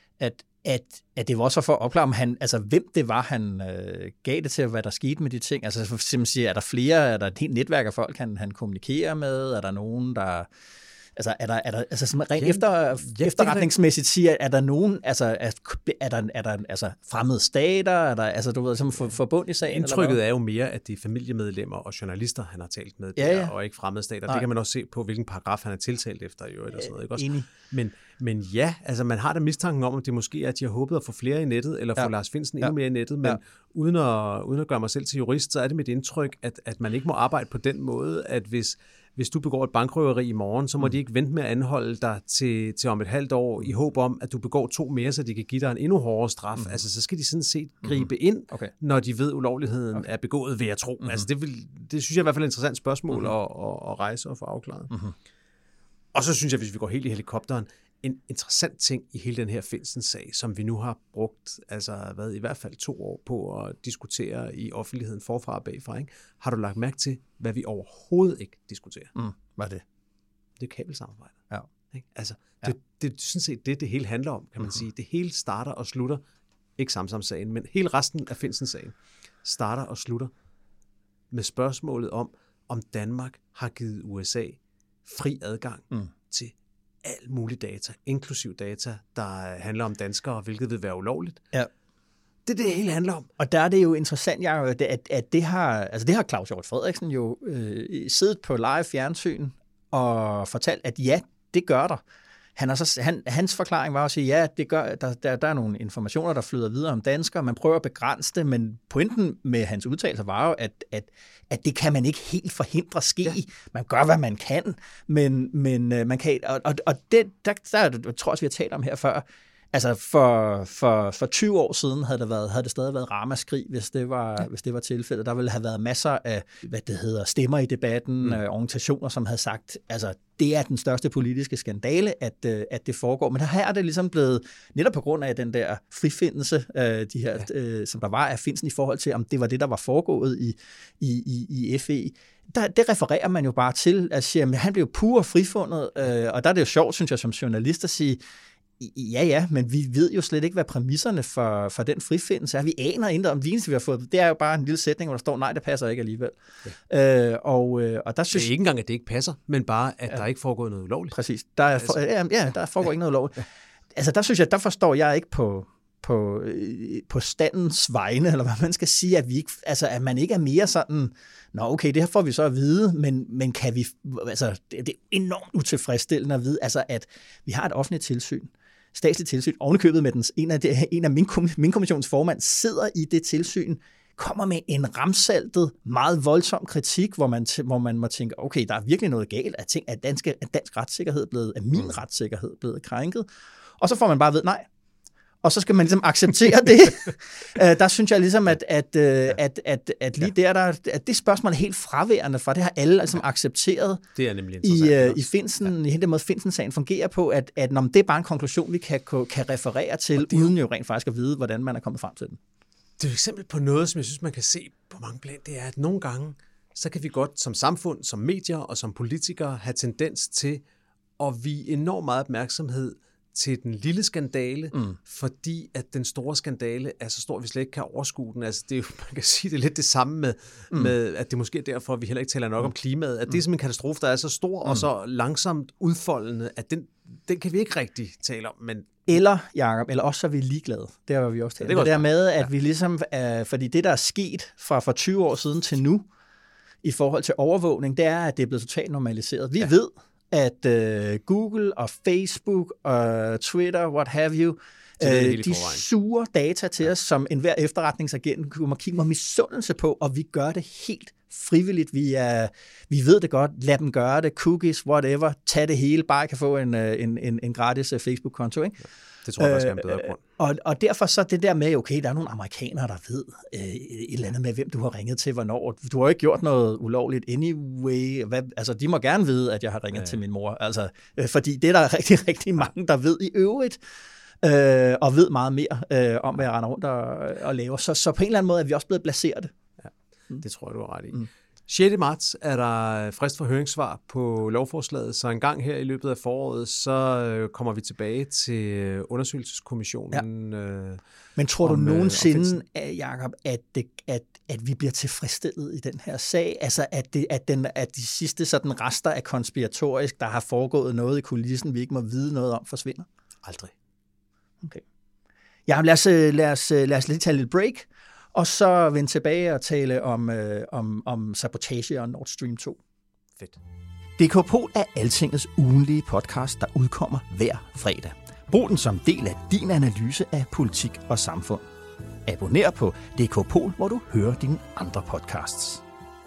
at det var også for at opklare, om han, altså hvem det var, han gav det til, hvad der skete med de ting. Altså for eksempel siger, er der flere, er der et helt netværk af folk, han kommunikerer med, er der nogen, der... Altså, er der altså rent efterretningsmæssigt siger, er der nogen, altså, er der fremmede stater, er der, altså, du ved, som forbund i sagen? Indtrykket er jo mere, at det er familiemedlemmer og journalister, han har talt med, der, og ikke fremmede stater. Nej. Det kan man også se på, hvilken paragraf han er tiltalt efter, jo, eller sådan noget, ikke også? Enig. Men ja, altså man har da mistanken om, at det måske er, at de har håbet at få flere i nettet, eller få Lars Findsen endnu mere i nettet, men uden at gøre mig selv til jurist, så er det mit indtryk, at man ikke må arbejde på den måde, at hvis du begår et bankrøveri i morgen, så må de ikke vente med at anholde dig til om et halvt år, i håb om, at du begår 2 mere, så de kan give dig en endnu hårdere straf. Altså, så skal de sådan set gribe ind, når de ved, ulovligheden er begået, ved at tro. Altså, det synes jeg i hvert fald er et interessant spørgsmål at rejse og få afklaret. Og så synes jeg, hvis vi går helt i helikopteren, en interessant ting i hele den her Findsen-sag, som vi nu har brugt i hvert fald 2 år på at diskutere i offentligheden forfra og bagfra. Ikke? Har du lagt mærke til, hvad vi overhovedet ikke diskuterer? Hvad er det? Det er kabelsamarbejdet. Ja. Ikke? Altså, det er sådan set det hele handler om, kan man sige. Det hele starter og slutter, ikke Samsam-sagen, men hele resten af Findsen-sagen starter og slutter med spørgsmålet om Danmark har givet USA fri adgang til alt muligt data, inklusiv data, der handler om danskere, hvilket vil være ulovligt. Ja. Det hele handler om. Og der er det jo interessant, at det har Claus Hjort Frederiksen jo siddet på live fjernsyn og fortalt, at ja, det gør der. Hans forklaring var at sige, ja, det gør, der er nogle informationer, der flyder videre om danskere, man prøver at begrænse det, men pointen med hans udtalelser var jo, at det kan man ikke helt forhindre ske. Ja. Man gør, hvad man kan, men man kan... Og det, der tror jeg, vi har talt om her før, altså for 20 år siden havde det stadig været ramaskrig, hvis det var tilfældet. Der ville have været masser af, stemmer i debatten, organisationer, som havde sagt, altså det er den største politiske skandale, at det foregår. Men her er det ligesom blevet, netop på grund af den der frifindelse, som der var af Findsen i forhold til, om det var det, der var foregået i FE. Det refererer man jo bare til, at sige, han blev pur frifundet, og der er det jo sjovt, synes jeg, som journalist at sige, Ja, men vi ved jo slet ikke, hvad præmisserne for den frifindelse er. Vi aner ikke om det eneste, vi har fået. Det er jo bare en lille sætning, hvor der står, nej, det passer ikke alligevel. Ja. Og der synes... Det er ikke engang, at det ikke passer, men bare, at der ikke foregår noget ulovligt. Præcis. Der foregår ikke noget ulovligt. Altså, der synes jeg, der forstår jeg ikke på standens vegne, eller hvad man skal sige, at vi ikke, altså, at man ikke er mere sådan, nå okay, det her får vi så at vide, men kan vi, altså, det er enormt utilfredsstillende at vide, altså, at vi har et offentligt tilsyn, statsligt tilsyn, ovenikøbet med en af min kommissions formand sidder i det tilsyn, kommer med en ramsaltet, meget voldsom kritik, hvor man må tænke, okay, der er virkelig noget galt, at dansk retssikkerhed er min retssikkerhed blevet krænket, og så får man bare at vide, nej. Og så skal man ligesom acceptere det. Der synes jeg ligesom, at lige at det spørgsmål er helt fraværende fra, det har alle ligesom accepteret. Det er nemlig i Findsen, i den måde Findsen-sagen fungerer på, at det er bare en konklusion, vi kan referere til, uden jo rent faktisk at vide, hvordan man er kommet frem til den. Det er et eksempel på noget, som jeg synes, man kan se på mange plan, det er, at nogle gange, så kan vi godt som samfund, som medier og som politikere have tendens til at vie enormt meget opmærksomhed til den lille skandale, fordi at den store skandale er så stor, at vi slet ikke kan overskue den. Altså, det er jo, man kan sige, det er lidt det samme med at det måske er derfor, at vi heller ikke taler nok om klimaet. At det er som en katastrofe, der er så stor og så langsomt udfoldende, at den kan vi ikke rigtig tale om. Men eller, Jacob, eller også så er vi ligeglade. Det har vi også talt. Det der med, at vi ligesom, fordi det, der er sket fra 20 år siden til nu, i forhold til overvågning, det er, at det er blevet totalt normaliseret. Vi ved, at Google og Facebook og Twitter, what have you, de suger data til os, som enhver efterretningsagent kunne kigge med misundelse på, og vi gør det helt frivilligt. Vi ved det godt, lad dem gøre det, cookies, whatever, tag det hele, bare kan få en gratis Facebook-konto, ikke? Det tror jeg faktisk er en bedre grund. Og derfor så det der med, okay, der er nogle amerikanere, der ved et eller andet med, hvem du har ringet til, hvornår. Du har jo ikke gjort noget ulovligt anyway. Altså, de må gerne vide, at jeg har ringet til min mor. Altså, fordi det er der rigtig, rigtig mange, der ved i øvrigt, og ved meget mere om, hvad jeg render rundt og laver. Så på en eller anden måde er vi også blevet placeret. Ja, det tror jeg, du har ret i. 6. marts er der frist for høringssvar på lovforslaget, så en gang her i løbet af foråret, så kommer vi tilbage til undersøgelseskommissionen. Ja. Men tror du nogensinde, Jacob, at vi bliver tilfredsstillet i den her sag? Altså, at de sidste sådan rester af konspiratorisk, der har foregået noget i kulissen, vi ikke må vide noget om, forsvinder? Aldrig. Okay. Ja, lad os lige tage et lille break. Og så vende tilbage og tale om sabotage og Nord Stream 2. Fedt. DK-Pol er Altingets ugenlige podcast, der udkommer hver fredag. Brug den som del af din analyse af politik og samfund. Abonner på DK-Pol, hvor du hører dine andre podcasts.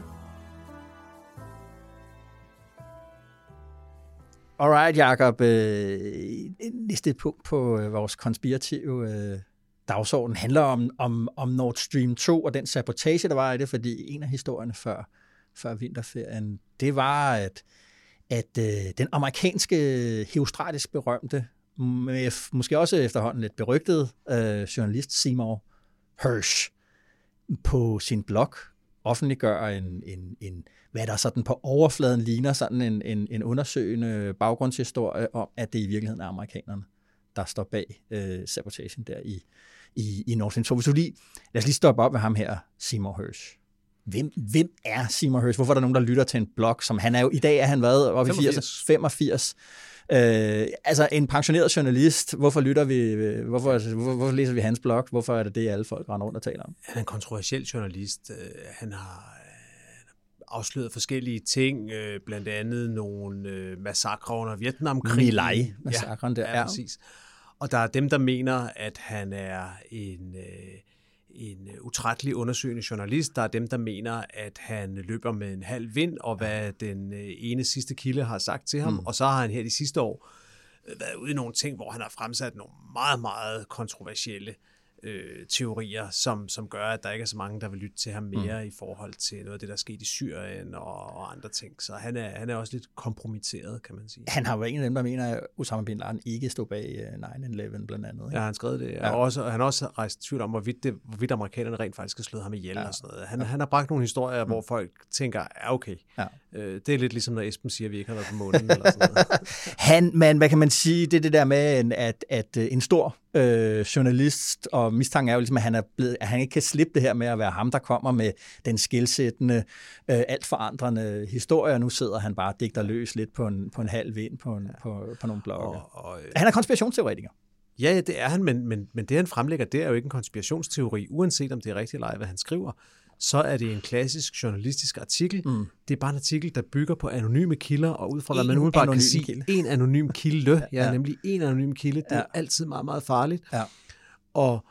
Alright, Jacob. Næste punkt på vores konspirative dagsordenen handler om Nord Stream 2 og den sabotage, der var i det, fordi en af historierne før vinterferien, det var, at den amerikanske herostratisk berømte, måske også efterhånden lidt berygtede journalist Seymour Hersh på sin blog offentliggør en hvad der sådan på overfladen ligner sådan en undersøgende baggrundshistorie om, at det i virkeligheden er amerikanerne, der står bag sabotagen der i Nord Stream 2. Lad os lige stoppe op med ham her, Seymour Hersh. Hvem er Seymour Hersh? Hvorfor er der nogen, der lytter til en blog, som han er jo i dag, er han været oppe i 85. Altså en pensioneret journalist, hvorfor læser vi hans blog? Hvorfor er det alle folk render rundt og taler om? Han er en kontroversiel journalist. Han har afsløret forskellige ting, blandt andet nogle massakrer under Vietnamkrigen. My Lai-massakren der. Ja, præcis. Og der er dem, der mener, at han er en utrættelig undersøgende journalist. Der er dem, der mener, at han løber med en halv vind, og hvad den ene sidste kilde har sagt til ham. Og så har han her de sidste år været ude i nogle ting, hvor han har fremsat nogle meget, meget kontroversielle teorier, som gør, at der ikke er så mange, der vil lytte til ham mere i forhold til noget af det, der er sket i Syrien og andre ting. Så han er også lidt kompromitteret, kan man sige. Han har jo en af dem, der mener, at Osama Bin Laden ikke stod bag 9/11 blandt andet. Ikke? Ja, han skrev det. Ja. Og han har også rejst tvivl om, hvorvidt amerikanerne rent faktisk har slået ham ihjel og sådan noget. Han har bragt nogle historier, hvor folk tænker, ja okay, det er lidt ligesom, når Esben siger, at vi ikke har været på månen eller sådan noget. Men hvad kan man sige, det der med, at en stor journalist, og mistanken er jo ligesom, at han ikke kan slippe det her med at være ham, der kommer med den skelsættende, alt forandrende historie, og nu sidder han bare og digter løs lidt på en halv vind på nogle blogger. Han er konspirationsteoretiker. Ja, det er han, men det, han fremlægger, det er jo ikke en konspirationsteori, uanset om det er rigtigt eller ej, hvad han skriver. Så er det en klassisk journalistisk artikel. Det er bare en artikel, der bygger på anonyme kilder, og ud fra, hvad man umiddelbart kan sige, en anonym kilde. Ja, nemlig en anonym kilde. Det er altid meget, meget farligt. Ja. Og,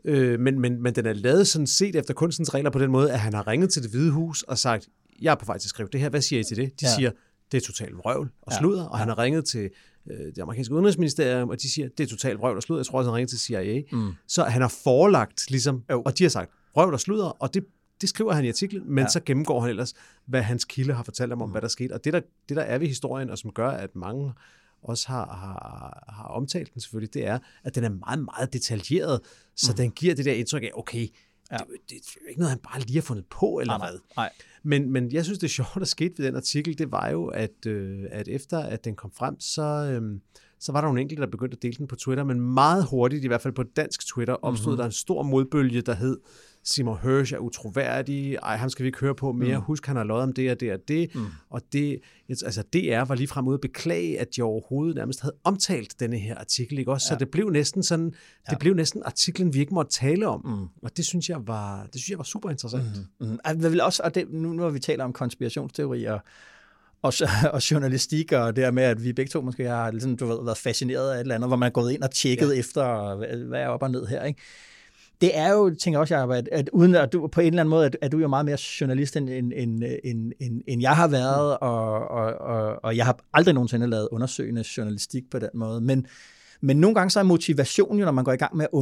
men den er lavet sådan set efter kunstens regler på den måde, at han har ringet til Det Hvide Hus og sagt, jeg er på vej til at skrive det her, hvad siger I til det? De siger, det er totalt vrøvl og sludder, og han har ringet til det amerikanske udenrigsministerium, og de siger, det er totalt vrøvl og sludder. Jeg tror også, han har ringet til CIA. Så han har forelagt, ligesom, og de har sagt, vrøvl og sludder, og det skriver han i artiklen, men så gennemgår han ellers, hvad hans kilde har fortalt om, hvad der skete. Og det der er ved historien, og som gør, at mange også har omtalt den selvfølgelig, det er, at den er meget, meget detaljeret, så den giver det der indtryk af, okay, det er ikke noget, han bare lige har fundet på, eller hvad. Nej. Men jeg synes, det sjove, der skete ved den artikel, det var jo, at efter at den kom frem, så var der nogle enkelte, der begyndte at dele den på Twitter, men meget hurtigt, i hvert fald på dansk Twitter, opstod der en stor modbølge, der hed, Seymour Hersh er utroværdig, ham skal vi ikke høre på mere, husk, han har løjet om det og det og det, og det, altså DR var lige frem ude at beklage, at de overhovedet nærmest havde omtalt denne her artikel, ikke også? Så det blev næsten sådan, det blev næsten artiklen, vi ikke måtte tale om, og det synes jeg var super interessant. Jeg vil også, og det, nu når vi taler om konspirationsteorier, og journalistik, og det med, at vi begge to måske har ligesom, været fascineret af et eller andet, hvor man er gået ind og tjekket efter, hvad er op og ned her, ikke? Det er jo, tænker også, Jacob, at uden at du på en eller anden måde, er du jo meget mere journalist, end jeg har været, og jeg har aldrig nogensinde lavet undersøgende journalistik på den måde, men nogle gange så er motivation jo, når man går i gang med at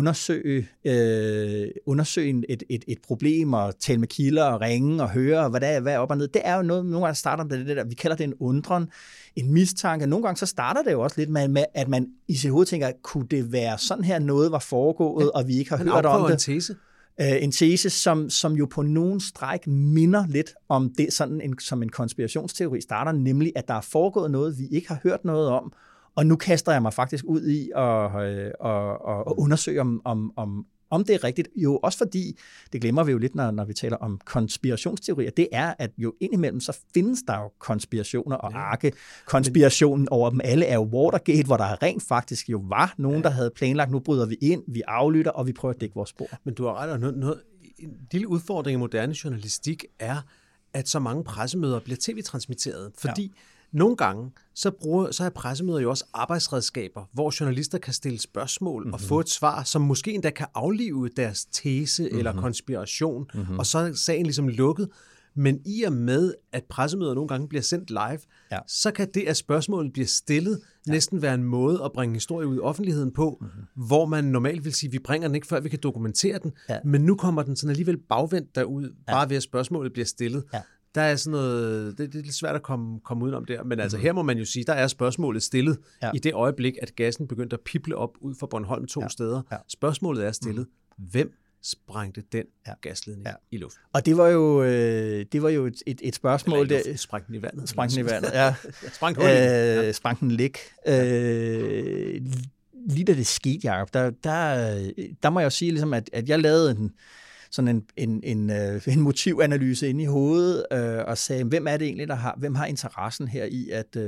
undersøge et problem, og tale med kilder, og ringe, og høre, hvad er op og ned. Det er jo noget, nogle gange starter med det der, vi kalder det en undren, en mistanke. Nogle gange så starter det jo også lidt med, at man i sit hoved tænker, kunne det være sådan her, noget var foregået, og vi ikke har hørt om det. En tese. En tese, som jo på nogen stræk minder lidt om det, som en konspirationsteori starter, nemlig at der er foregået noget, vi ikke har hørt noget om, og nu kaster jeg mig faktisk ud i at undersøge, om det er rigtigt. Jo også fordi, det glemmer vi jo lidt, når vi taler om konspirationsteorier, det er, at jo indimellem, så findes der jo konspirationer og arke-konspirationen over dem alle er jo Watergate, hvor der rent faktisk jo var nogen, der havde planlagt, nu bryder vi ind, vi aflytter, og vi prøver at dække vores spor. Men du har ret, en lille udfordring i moderne journalistik er, at så mange pressemøder bliver tv-transmitteret, fordi nogle gange, så er pressemøder jo også arbejdsredskaber, hvor journalister kan stille spørgsmål og få et svar, som måske endda kan aflive deres tese eller konspiration, og så er sagen ligesom lukket. Men i og med, at pressemøder nogle gange bliver sendt live, så kan det, at spørgsmålet bliver stillet, næsten være en måde at bringe historie ud i offentligheden på, hvor man normalt vil sige, vi bringer den ikke, før vi kan dokumentere den, men nu kommer den sådan alligevel bagvendt derud, bare ved at spørgsmålet bliver stillet. Der er sådan noget, det er lidt svært at komme udenom der, men altså her må man jo sige, der er spørgsmålet stillet i det øjeblik, at gassen begyndte at pible op ud fra Bornholm 2 steder. Spørgsmålet er stillet, hvem sprængte den gasledning i luften? Og det var jo et spørgsmål. Sprængte den i vandet. Sprængte den i vandet, ja. Sprængte den læk. Lige da det skete, Jacob, der må jeg jo sige, ligesom, at jeg lavede en motivanalyse inde i hovedet, og sagde, hvem er det egentlig, hvem har interessen her i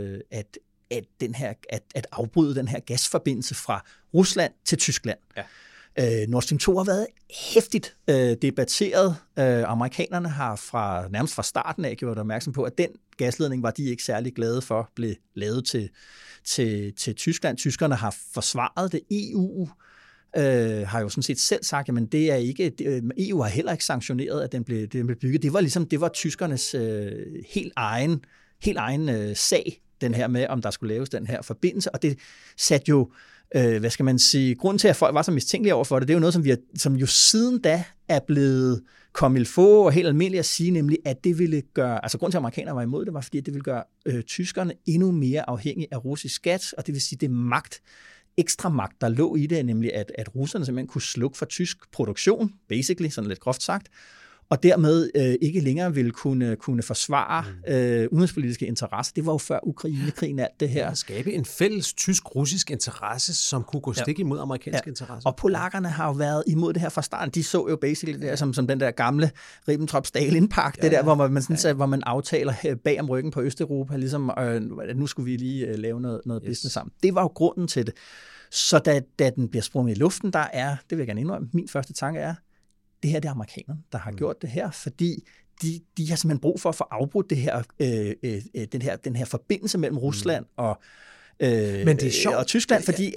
at afbryde den her gasforbindelse fra Rusland til Tyskland? Nord Stream 2 har været hæftigt debatteret. Amerikanerne har nærmest fra starten af gjort opmærksom på, at den gasledning var de ikke særlig glade for, blev lavet til Tyskland. Tyskerne har forsvaret det. EU har jo sådan set selv sagt, jamen det er ikke, EU har heller ikke sanktioneret, at den blev bygget. Det var tyskernes helt egen sag, den her med, om der skulle laves den her forbindelse, og det satte jo hvad skal man sige, grunden til, at folk var så mistænkelige over for det, det er jo noget, som jo siden da er blevet comme få og helt almindeligt at sige, nemlig at det ville gøre, altså grunden til, at amerikanerne var imod det, var fordi, at det ville gøre tyskerne endnu mere afhængige af russisk gas, og det vil sige, det ekstra magt, der lå i det, nemlig at russerne simpelthen kunne slukke for tysk produktion, basically, sådan lidt groft sagt, og dermed ikke længere ville kunne forsvare udenrigspolitiske interesser. Det var jo før Ukraine-krigen, alt det her. At skabe en fælles tysk-russisk interesse, som kunne gå stik imod amerikanske interesser. Og polakkerne har jo været imod det her fra starten. De så jo basically det her som den der gamle Ribbentrop-Stalin-pagt, det der, hvor man aftaler bag om ryggen på Østeuropa, ligesom at nu skulle vi lige lave noget business sammen. Det var jo grunden til det. Så da den bliver sprunget i luften, det vil jeg gerne indrømme, min første tanke er, det her det er amerikanerne, der har gjort det her, fordi de har simpelthen brug for at få afbrudt det her, den her forbindelse mellem Rusland og men det er sjovt. Og Tyskland, fordi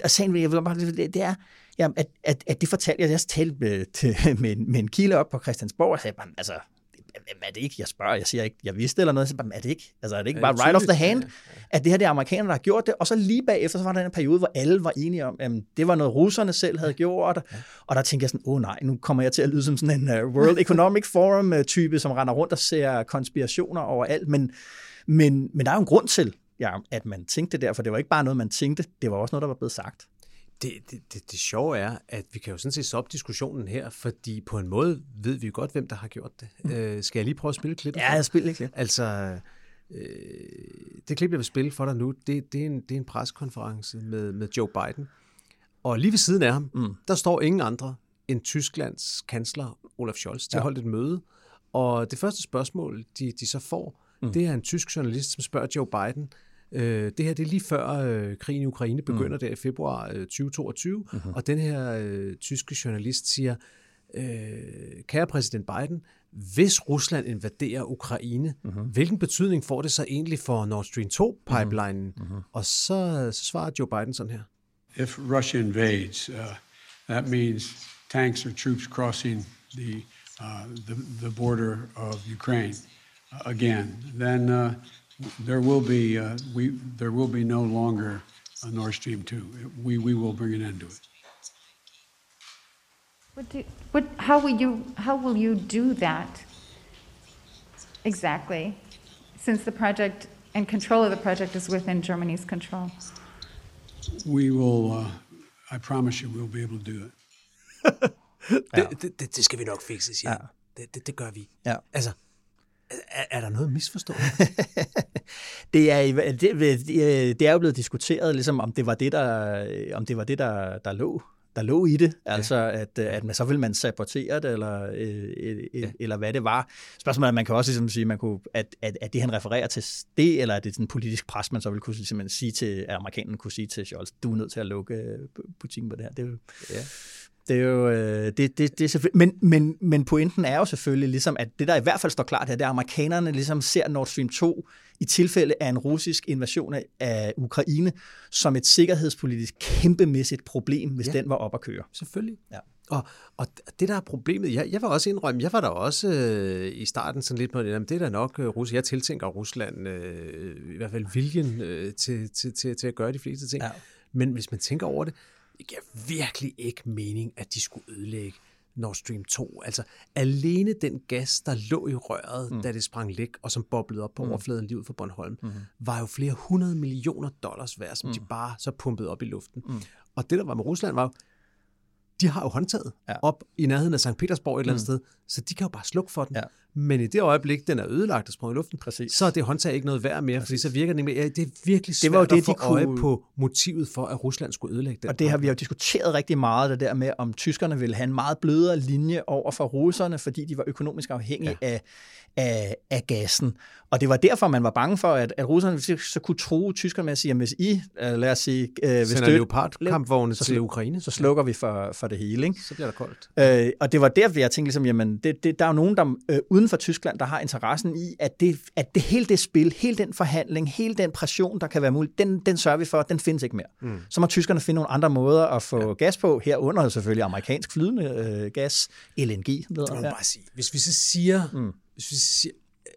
det er, at det fortalte jeg talte med en kilde op på Christiansborg, og sagde, altså, er det ikke, jeg siger ikke, jeg vidste eller noget, så er det ikke, altså er det ikke bare right off the hand, at det her det er amerikanerne, der har gjort det, og så lige bagefter, så var der en periode, hvor alle var enige om, at det var noget russerne selv havde gjort, og der tænkte jeg sådan, nej, nu kommer jeg til at lyde som sådan en World Economic Forum-type, som render rundt og ser konspirationer overalt, men der er jo en grund til, at man tænkte det der, for det var ikke bare noget, man tænkte, det var også noget, der var blevet sagt. Det sjove er, at vi kan jo sådan set stoppe diskussionen her, fordi på en måde ved vi jo godt, hvem der har gjort det. Skal jeg lige prøve at spille klippet? Ja, jeg spiller klip. Altså, det klip, jeg vil spille for dig nu, det er en pressekonference med Joe Biden. Og lige ved siden af ham, der står ingen andre end Tysklands kansler Olaf Scholz. De har holdt et møde, og det første spørgsmål, de så får, det er en tysk journalist, som spørger Joe Biden. Det her det er lige før krigen i Ukraine begynder der i februar 2022, og den her tyske journalist siger, kære præsident Biden, hvis Rusland invaderer Ukraine, hvilken betydning får det så egentlig for Nord Stream 2-pipelinen? Og så svarer Joe Biden sådan her. If Russia invades, that means tanks or troops crossing the border of Ukraine again. Then there will be no longer a Nord Stream 2. We will bring an end to it. How will you do that exactly, since the project and control of the project is within Germany's control? We will. I promise you, we'll be able to do it. Det skal vi nok fikse, siger han. Det gør vi. Ja. Altså, er der noget misforstået? Det er jo blevet diskuteret, ligesom om det var det, der lå i det, altså at man, så vil man sabotere det, eller hvad det var. Spørgsmålet er, at man kan også ligesom sige, at det han refererer til det, eller er det sådan politisk pres, man så vil kunne simpelthen sige til, at amerikanerne kunne sige til Scholz, du er nødt til at lukke butikken på det her. Det er jo det er selvfølgelig, men pointen er jo selvfølgelig ligesom, at det der i hvert fald står klart her, det er, at amerikanerne ligesom ser Nord Stream 2 i tilfælde af en russisk invasion af Ukraine som et sikkerhedspolitisk kæmpemæssigt problem, hvis den var op at køre. Selvfølgelig. Ja. Og det der er problemet, jeg var også indrømme, jeg var der også i starten sådan lidt på det, det er da nok Rusland. Jeg tiltænker Rusland i hvert fald viljen til at gøre de fleste ting. Ja. Men hvis man tænker over det, det giver virkelig ikke mening, at de skulle ødelægge Nord Stream 2. Altså alene den gas, der lå i røret, da det sprang læk, og som boblede op på overfladen lige ud for Bornholm, var jo flere $100 million værd, som de bare så pumpede op i luften. Og det, der var med Rusland, var jo, de har jo håndtaget op i nærheden af Sankt Petersborg et eller andet sted, så de kan jo bare slukke for den. Ja. Men i det øjeblik, den er ødelagt og sprunget i luften, så er det håndtag ikke noget værd mere, fordi så virker det ikke mere. Det er virkelig svært at få øje på motivet for, at Rusland skulle ødelægge den. Og det har vi jo diskuteret rigtig meget, det der med, om tyskerne ville have en meget blødere linje over for russerne, fordi de var økonomisk afhængige af gassen. Og det var derfor, man var bange for, at russerne så kunne true tyskerne med at sige, at hvis I, lad os sige, sender Leopard-kampvogne til Ukraine, så slukker vi for det hele. Ikke? Så bliver der koldt. Og det var derfor, jeg tænkte ligesom, jamen, der er jo nogen, der uden for Tyskland, der har interessen i, at hele det spil, hele den forhandling, hele den pression, der kan være mulig, den sørger vi for, den findes ikke mere. Så må tyskerne finde nogle andre måder at få gas på, herunder selvfølgelig amerikansk flydende gas, LNG. Det må man bare sige. Hvis vi så siger,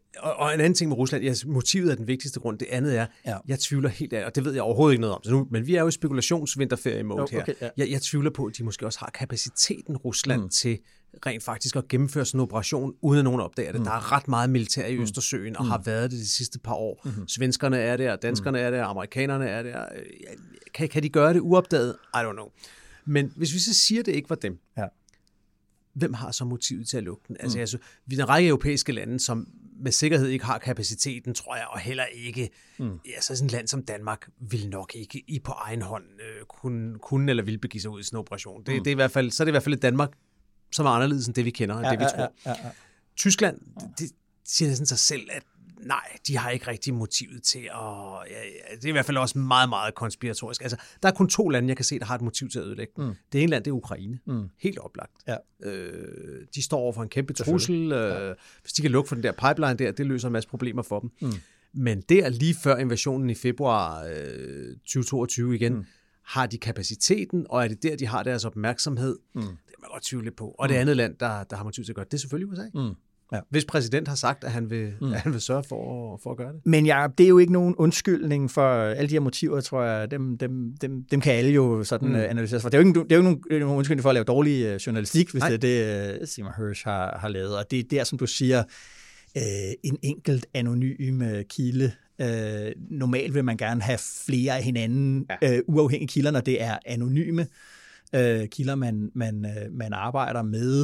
Og en anden ting med Rusland, motivet er den vigtigste grund. Det andet er, jeg tvivler helt af, og det ved jeg overhovedet ikke noget om. Så nu, men vi er jo i spekulationsvinterferie-mode her. Jeg tvivler på, at de måske også har kapaciteten, Rusland, til rent faktisk at gennemføre sådan en operation, uden at nogen opdager det. Der er ret meget militær i Østersøen, og har været det de sidste par år. Svenskerne er der, danskerne er der, amerikanerne er der. Kan de gøre det uopdaget? I don't know. Men hvis vi så siger, det ikke var dem, hvem har så motivet til at lukke den? Altså, vi er en række europæiske lande, som med sikkerhed ikke har kapaciteten, tror jeg, og heller ikke, altså sådan et land som Danmark vil nok ikke i på egen hånd kunne eller vil begive sig ud i sådan en operation. Det er i hvert fald, så er det i hvert fald et Danmark, som er anderledes end det, vi kender, end det, vi tror. Tyskland, det siger næsten sig selv, at nej, de har ikke rigtig motivet til at... det er i hvert fald også meget, meget konspiratorisk. Altså, der er kun 2 lande, jeg kan se, der har et motiv til at ødelægge den. Det ene land, det er Ukraine. Helt oplagt. Ja. De står over for en kæmpe trussel. Hvis de kan lukke for den der pipeline der, det løser en masse problemer for dem. Men der lige før invasionen i februar 2022 igen, har de kapaciteten, og er det der, de har deres opmærksomhed? Det er man godt tvivle på. Og det andet land, der har motiv til at gøre det, er selvfølgelig USA. Ja. Hvis præsident har sagt, at han vil sørge for at gøre det. Men det er jo ikke nogen undskyldning for alle de her motiver, tror jeg. Dem kan alle jo sådan analysere. For det er jo ikke nogen undskyldning for at lave dårlig journalistik, hvis det er det, Seymour Hersh har lavet. Og det er der, som du siger, en enkelt anonym kilde. Normalt vil man gerne have flere af hinanden uafhængige kilder, når det er anonyme kilder, man arbejder med,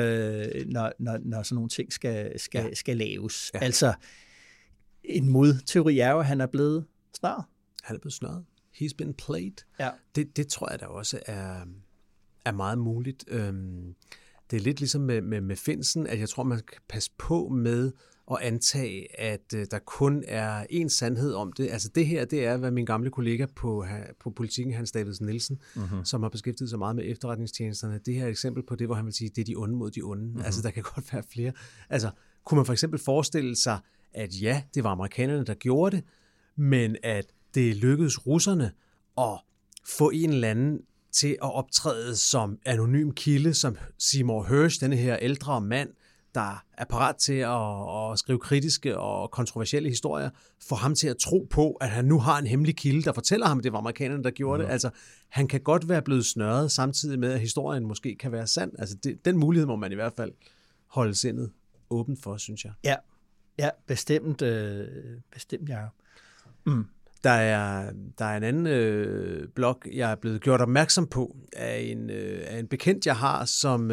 når sådan nogle ting skal laves. Ja. Altså, en modteori er jo, at han er blevet snørret. Han er blevet snørret. He's been played. Ja. Det tror jeg da også er meget muligt. Det er lidt ligesom med Finsen, at jeg tror, man kan passe på med at antage, at der kun er én sandhed om det. Altså det her, det er, hvad min gamle kollega på Politikken, Hans Davidsen Nielsen, som har beskæftiget sig meget med efterretningstjenesterne, det her er et eksempel på det, hvor han vil sige, det er de onde mod de onde. Altså der kan godt være flere. Altså kunne man for eksempel forestille sig, at ja, det var amerikanerne, der gjorde det, men at det lykkedes russerne at få en eller anden til at optræde som anonym kilde, som Seymour Hersh, denne her ældre mand, der er parat til at skrive kritiske og kontroversielle historier, får ham til at tro på, at han nu har en hemmelig kilde, der fortæller ham, at det var amerikanerne, der gjorde det. Altså, han kan godt være blevet snørret, samtidig med, at historien måske kan være sand. Altså, den mulighed må man i hvert fald holde sindet åbent for, synes jeg. Ja, bestemt ja. Der er en anden blog, jeg er blevet gjort opmærksom på af en bekendt, jeg har, som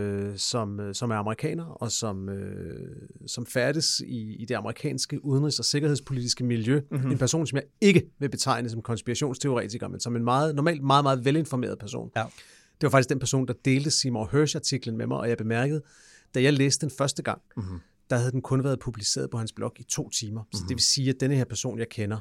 er amerikaner, og som færdes i det amerikanske udenrigs- og sikkerhedspolitiske miljø. En person, som jeg ikke vil betegne som konspirationsteoretiker, men som en normalt meget, meget velinformeret person. Ja. Det var faktisk den person, der delte Seymour Hersh-artiklen med mig, og jeg bemærkede, da jeg læste den første gang, der havde den kun været publiceret på hans blog i 2 timer. Så det vil sige, at denne her person, jeg kender,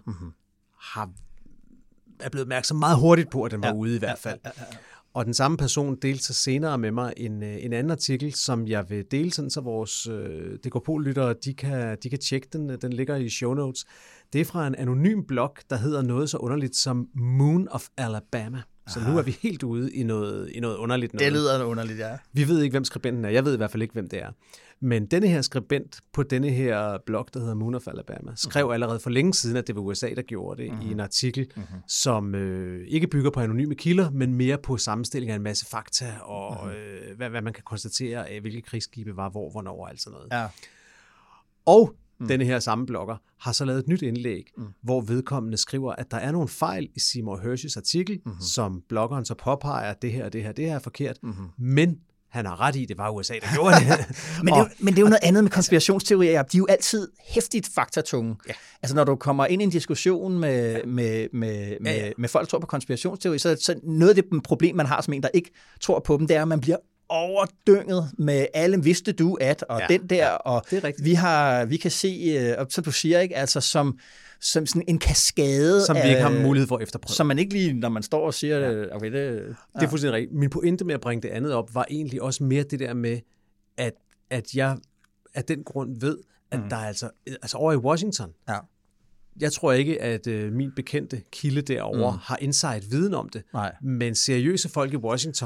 er blevet opmærksom meget hurtigt på, at den var ude i hvert fald. Og den samme person delte sig senere med mig en anden artikel, som jeg vil dele, sådan, så vores DK-Pol-lyttere, de kan tjekke den. Den ligger i show notes. Det er fra en anonym blog, der hedder noget så underligt som Moon of Alabama. Så nu er vi helt ude i noget underligt noget. Det lyder underligt, ja. Vi ved ikke, hvem skribenten er. Jeg ved i hvert fald ikke, hvem det er. Men denne her skribent på denne her blog, der hedder Moon of Alabama, skrev allerede for længe siden, at det var USA, der gjorde det, i en artikel, som ikke bygger på anonyme kilder, men mere på sammenstilling af en masse fakta, og hvad man kan konstatere af, hvilke krigsskibe var hvor, hvornår og alt sådan noget. Ja. Og denne her samme blogger har så lavet et nyt indlæg, hvor vedkommende skriver, at der er nogle fejl i Seymour Hersh's artikel, som bloggeren så påpeger, at det her er forkert, men han har ret i, det var USA, der gjorde det. men det er jo noget andet med konspirationsteorier. De er jo altid hæftigt faktatunge. Ja. Altså når du kommer ind i en diskussion med folk, der tror på konspirationsteorier, så noget af det problem, man har som en, der ikke tror på dem, det er, at man bliver overdynget med alle vidste du at, og den der, og vi kan se, som du siger, ikke, altså som sådan en kaskade, som vi ikke har mulighed for at efterprøve. Som man ikke lige, når man står og siger, okay, det er fuldstændig rigtigt. Min pointe med at bringe det andet op, var egentlig også mere det der med, at jeg af den grund ved, at der er altså over i Washington, jeg tror ikke, at min bekendte kilde derovre har insight viden om det, men seriøse folk i Washington,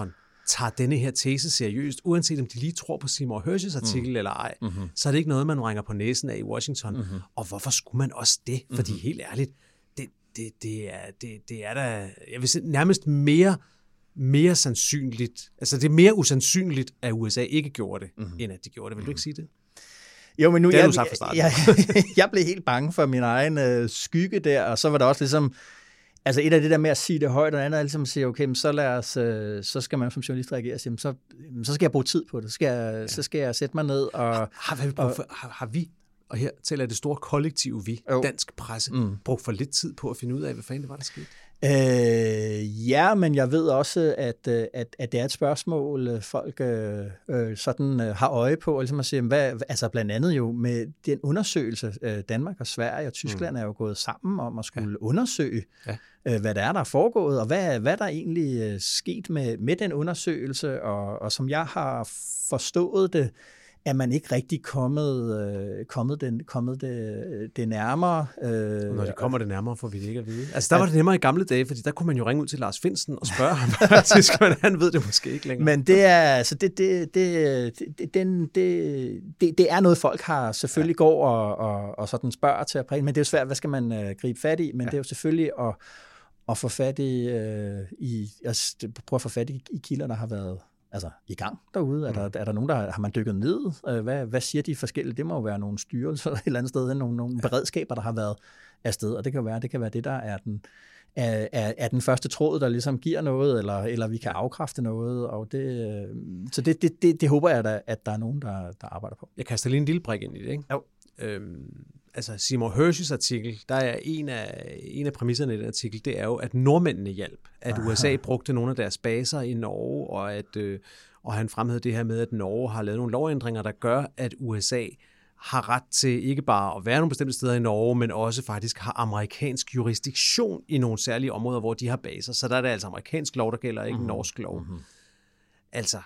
tager denne her tese seriøst, uanset om de lige tror på Seymour Hersh's artikel eller ej, så er det ikke noget, man ringer på næsen af i Washington. Og hvorfor skulle man også det? Fordi helt ærligt, det er da, jeg vil sige, nærmest mere sandsynligt, altså det er mere usandsynligt, at USA ikke gjorde det, end at de gjorde det. Vil du ikke sige det? Jo, men nu, det jeg blev helt bange for min egen skygge der, og så var der også ligesom, altså et af det der med at sige det højt, og andet er ligesom at sige, okay, men så skal man som journalist reagere og sige, så skal jeg bruge tid på det, så skal jeg sætte mig ned og... Har vi, og her taler det store kollektiv vi, dansk presse, brugt for lidt tid på at finde ud af, hvad fanden det var, der skete? Ja, men jeg ved også, at det er et spørgsmål, folk sådan har øje på, og ligesom at sige, altså blandt andet jo med den undersøgelse, Danmark og Sverige og Tyskland er jo gået sammen om at skulle undersøge, hvad der er foregået, og hvad der egentlig sket med den undersøgelse, og som jeg har forstået det, er man ikke rigtig kommet det nærmere. Når de kommer det nærmere, får vi det ikke at vide. Altså, der var det nemmere i gamle dage, fordi der kunne man jo ringe ud til Lars Finsen og spørge ham faktisk, men han ved det måske ikke længere. Men det er, altså, det er noget, folk har selvfølgelig går og sådan spørger til at præge, men det er jo svært, hvad skal man gribe fat i, men det er jo selvfølgelig at få fat prøve at få fat i kilder, der har været i gang derude. Er der nogen, har man dykket ned? Hvad siger de forskellige? Det må jo være nogle styrelser et eller andet sted, nogle beredskaber, der har været afsted, og det kan være det, der er den første tråd, der ligesom giver noget, eller vi kan afkræfte noget, og det håber jeg da, at der er nogen, der arbejder på. Jeg kaster lige en lille brik ind i det, ikke? Jo. Altså Seymour Hersh's artikel, der er en af præmisserne i den artikel, det er jo, at nordmændene hjalp. At USA brugte nogle af deres baser i Norge, og han fremhævede det her med, at Norge har lavet nogle lovændringer, der gør, at USA har ret til ikke bare at være nogle bestemte steder i Norge, men også faktisk har amerikansk jurisdiktion i nogle særlige områder, hvor de har baser. Så der er det altså amerikansk lov, der gælder, ikke norsk lov. Altså,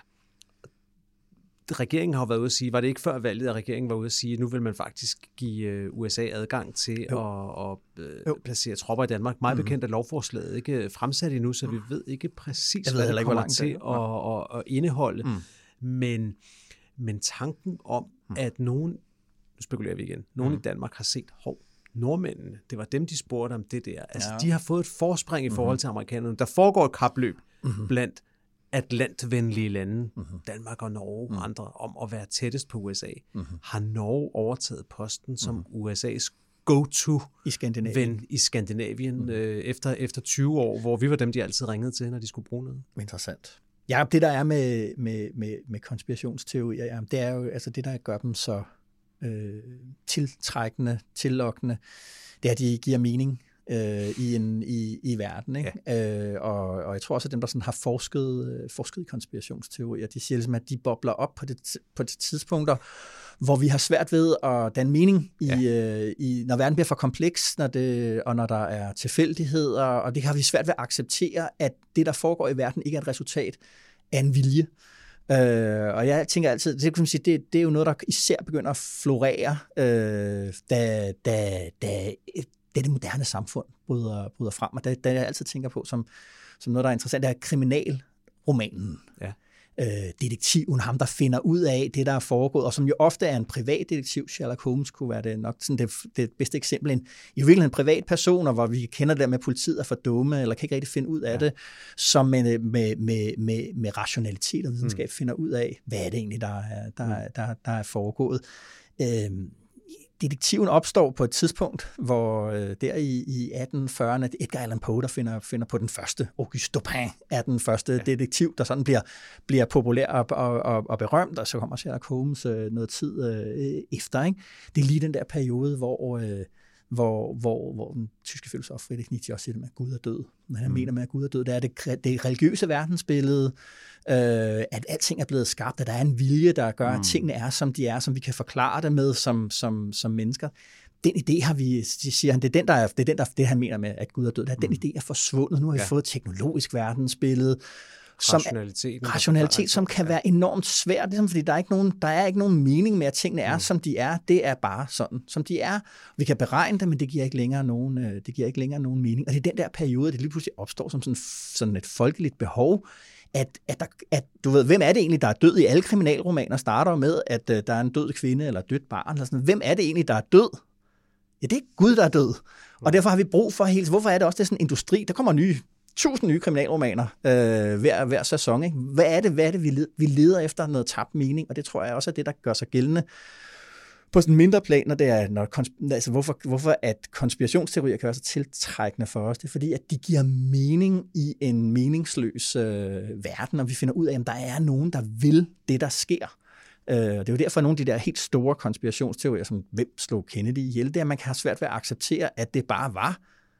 regeringen har været ude at sige, var det ikke før valget, at regeringen var ude at sige, at nu vil man faktisk give USA adgang til at placere tropper i Danmark. Meget bekendt er lovforslaget ikke fremsat endnu, så vi ved ikke præcis, hvad det kommer til at indeholde. Men tanken om, at nogen, nu spekulerer vi igen, nogen i Danmark har set, nordmændene, det var dem, de spurgte om det der. Altså, de har fået et forspring i forhold til amerikanerne. Der foregår et kapløb blandt atlantvenlige lande, Danmark og Norge og andre, om at være tættest på USA. Har Norge overtaget posten som USA's go-to-ven i Skandinavien efter 20 år, hvor vi var dem, de altid ringede til, når de skulle bruge noget? Interessant. Ja, det der er med konspirationsteorier, det er jo altså det, der gør dem så tiltrækkende, tillokkende, det er, at de giver mening i verden, ikke? Ja. Og jeg tror også, at dem, der sådan har forsket i konspirationsteorier, de siger ligesom, at de bobler op på de tidspunkter, hvor vi har svært ved at danne mening når verden bliver for kompleks, når der er tilfældigheder, og det har vi svært ved at acceptere, at det, der foregår i verden, ikke er et resultat af en vilje. Og jeg tænker altid, det er jo noget, der især begynder at florere, da det moderne samfund bryder frem. Og det jeg altid tænker på som noget, der er interessant, det er kriminalromanen. Ja. Detektiven, ham der finder ud af det, der er foregået, og som jo ofte er en privatdetektiv. Sherlock Holmes kunne være det nok sådan det bedste eksempel. I virkeligheden en privatperson, hvor vi kender det der med, at politiet er for dumme, eller kan ikke rigtig finde ud af det, som med rationalitet og videnskab finder ud af, hvad er det egentlig, der er foregået. Detektiven opstår på et tidspunkt, hvor der i 1840'erne, Edgar Allan Poe, der finder på den første, Auguste Dupin er den første detektiv, der sådan bliver populær og berømt, og så kommer Sherlock Holmes noget tid efter. Ikke? Det er lige den der periode, hvor den tyske filosof Friedrich Nietzsche også siger, at Gud er død. Når han mener med, at Gud er død, det er det religiøse verdensbillede, at alting er blevet skabt, at der er en vilje, der gør, at tingene er, som de er, som vi kan forklare det med som mennesker. Den idé har vi, siger han, det er det, han mener med, at Gud er død. Den idé er forsvundet. Nu har vi fået et teknologisk verdensbillede, rationalitet, som kan være enormt svært, ligesom, fordi der er ikke nogen mening med, at tingene er, som de er. Det er bare sådan, som de er. Vi kan beregne det, men det giver ikke længere nogen mening. Og det er den der periode, det lige pludselig opstår som sådan et folkeligt behov, at du ved, hvem er det egentlig, der er død i alle kriminalromaner? Starter jo med, at der er en død kvinde eller et dødt barn. Eller sådan. Hvem er det egentlig, der er død? Ja, det er Gud, der er død. Og derfor har vi brug for helt... Hvorfor er det også, det er sådan en industri? Der kommer 1000 nye kriminalromaner hver sæson. Ikke? Hvad er det, vi leder efter noget tabt mening? Og det tror jeg også er det, der gør sig gældende på sådan mindre plan, når det er, altså hvorfor at konspirationsteorier kan være så tiltrækkende for os. Det er fordi, at de giver mening i en meningsløs verden, og vi finder ud af, at der er nogen, der vil det, der sker. Det er jo derfor, at nogle af de der helt store konspirationsteorier, som hvem slog Kennedy ihjel, det er, at man kan have svært ved at acceptere, at det bare var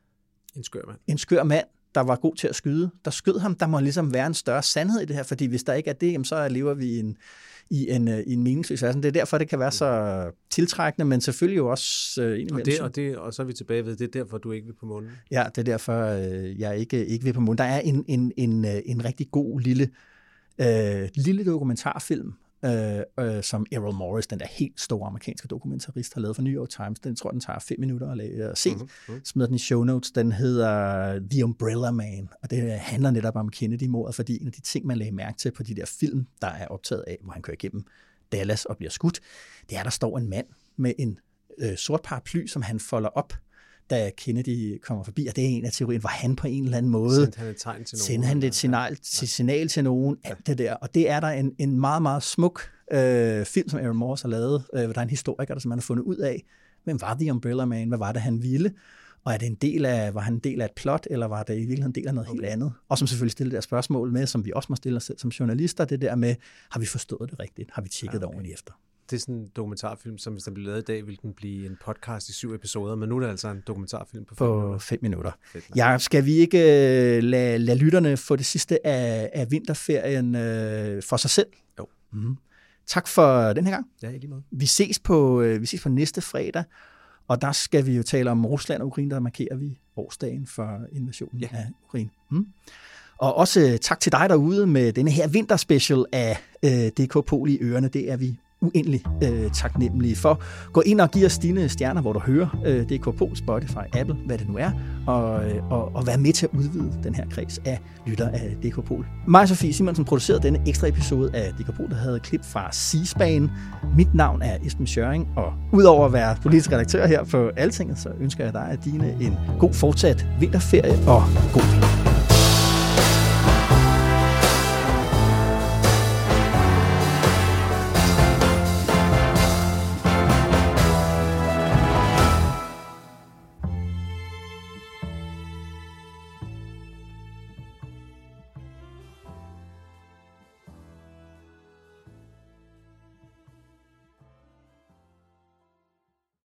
en skør mand, der var god til at skyde. Der skød ham. Der må ligesom være en større sandhed i det her, fordi hvis der ikke er det, så lever vi i en meningsløs verden. Det er derfor, det kan være så tiltrækkende, men selvfølgelig jo også og så er vi tilbage ved, det er derfor, du ikke vil på månen. Ja, det er derfor, jeg ikke vil på månen. Der er en rigtig god lille dokumentarfilm, som Errol Morris, den der helt store amerikanske dokumentarist, har lavet for New York Times. Den tror, den tager 5 minutter at se. Smider den i show notes. Den hedder The Umbrella Man, og det handler netop om Kennedy-mordet, fordi en af de ting, man lagde mærke til på de der film, der er optaget af, hvor han kører igennem Dallas og bliver skudt, det er, der står en mand med en sort paraply, som han folder op, da Kennedy kommer forbi, og det er en af teorien, hvor han på en eller anden måde sendte han et signal til nogen, alt det der, og det er der en meget, meget smuk film, som Errol Morris har lavet, hvor der er en historiker, som han har fundet ud af, hvem var The Umbrella Man, hvad var det, han ville, og var han en del af et plot, eller var det i virkeligheden en del af noget helt andet? Og som selvfølgelig stiller det der spørgsmål med, som vi også må stille os selv som journalister, det der med, har vi forstået det rigtigt? Har vi tjekket det ordentligt efter? Det er sådan en dokumentarfilm, som hvis den bliver lavet i dag, vil den blive en podcast i 7 episoder, men nu er det altså en dokumentarfilm på 5 minutter. Ja, skal vi ikke lade lytterne få det sidste af vinterferien for sig selv? Jo. Tak for den her gang. Ja, lige måde. Vi ses på næste fredag, og der skal vi jo tale om Rusland og Ukraine, der markerer vi årsdagen for invasionen af Ukraine. Og også tak til dig derude med denne her vinterspecial af DK Pol i ørerne. Det er vi uendelig taknemmelige for. Gå ind og giv os dine stjerner, hvor du hører DK Pol, Spotify, Apple, hvad det nu er, og vær med til at udvide den her kreds af lytter af DK Pol. Mig og Sofie Simonsen producerede denne ekstra episode af DK Pol, der havde klip fra C-SPAN. Mit navn er Esben Schøring, og udover at være politisk redaktør her på Altinget, så ønsker jeg dig og dine en god fortsat vinterferie og god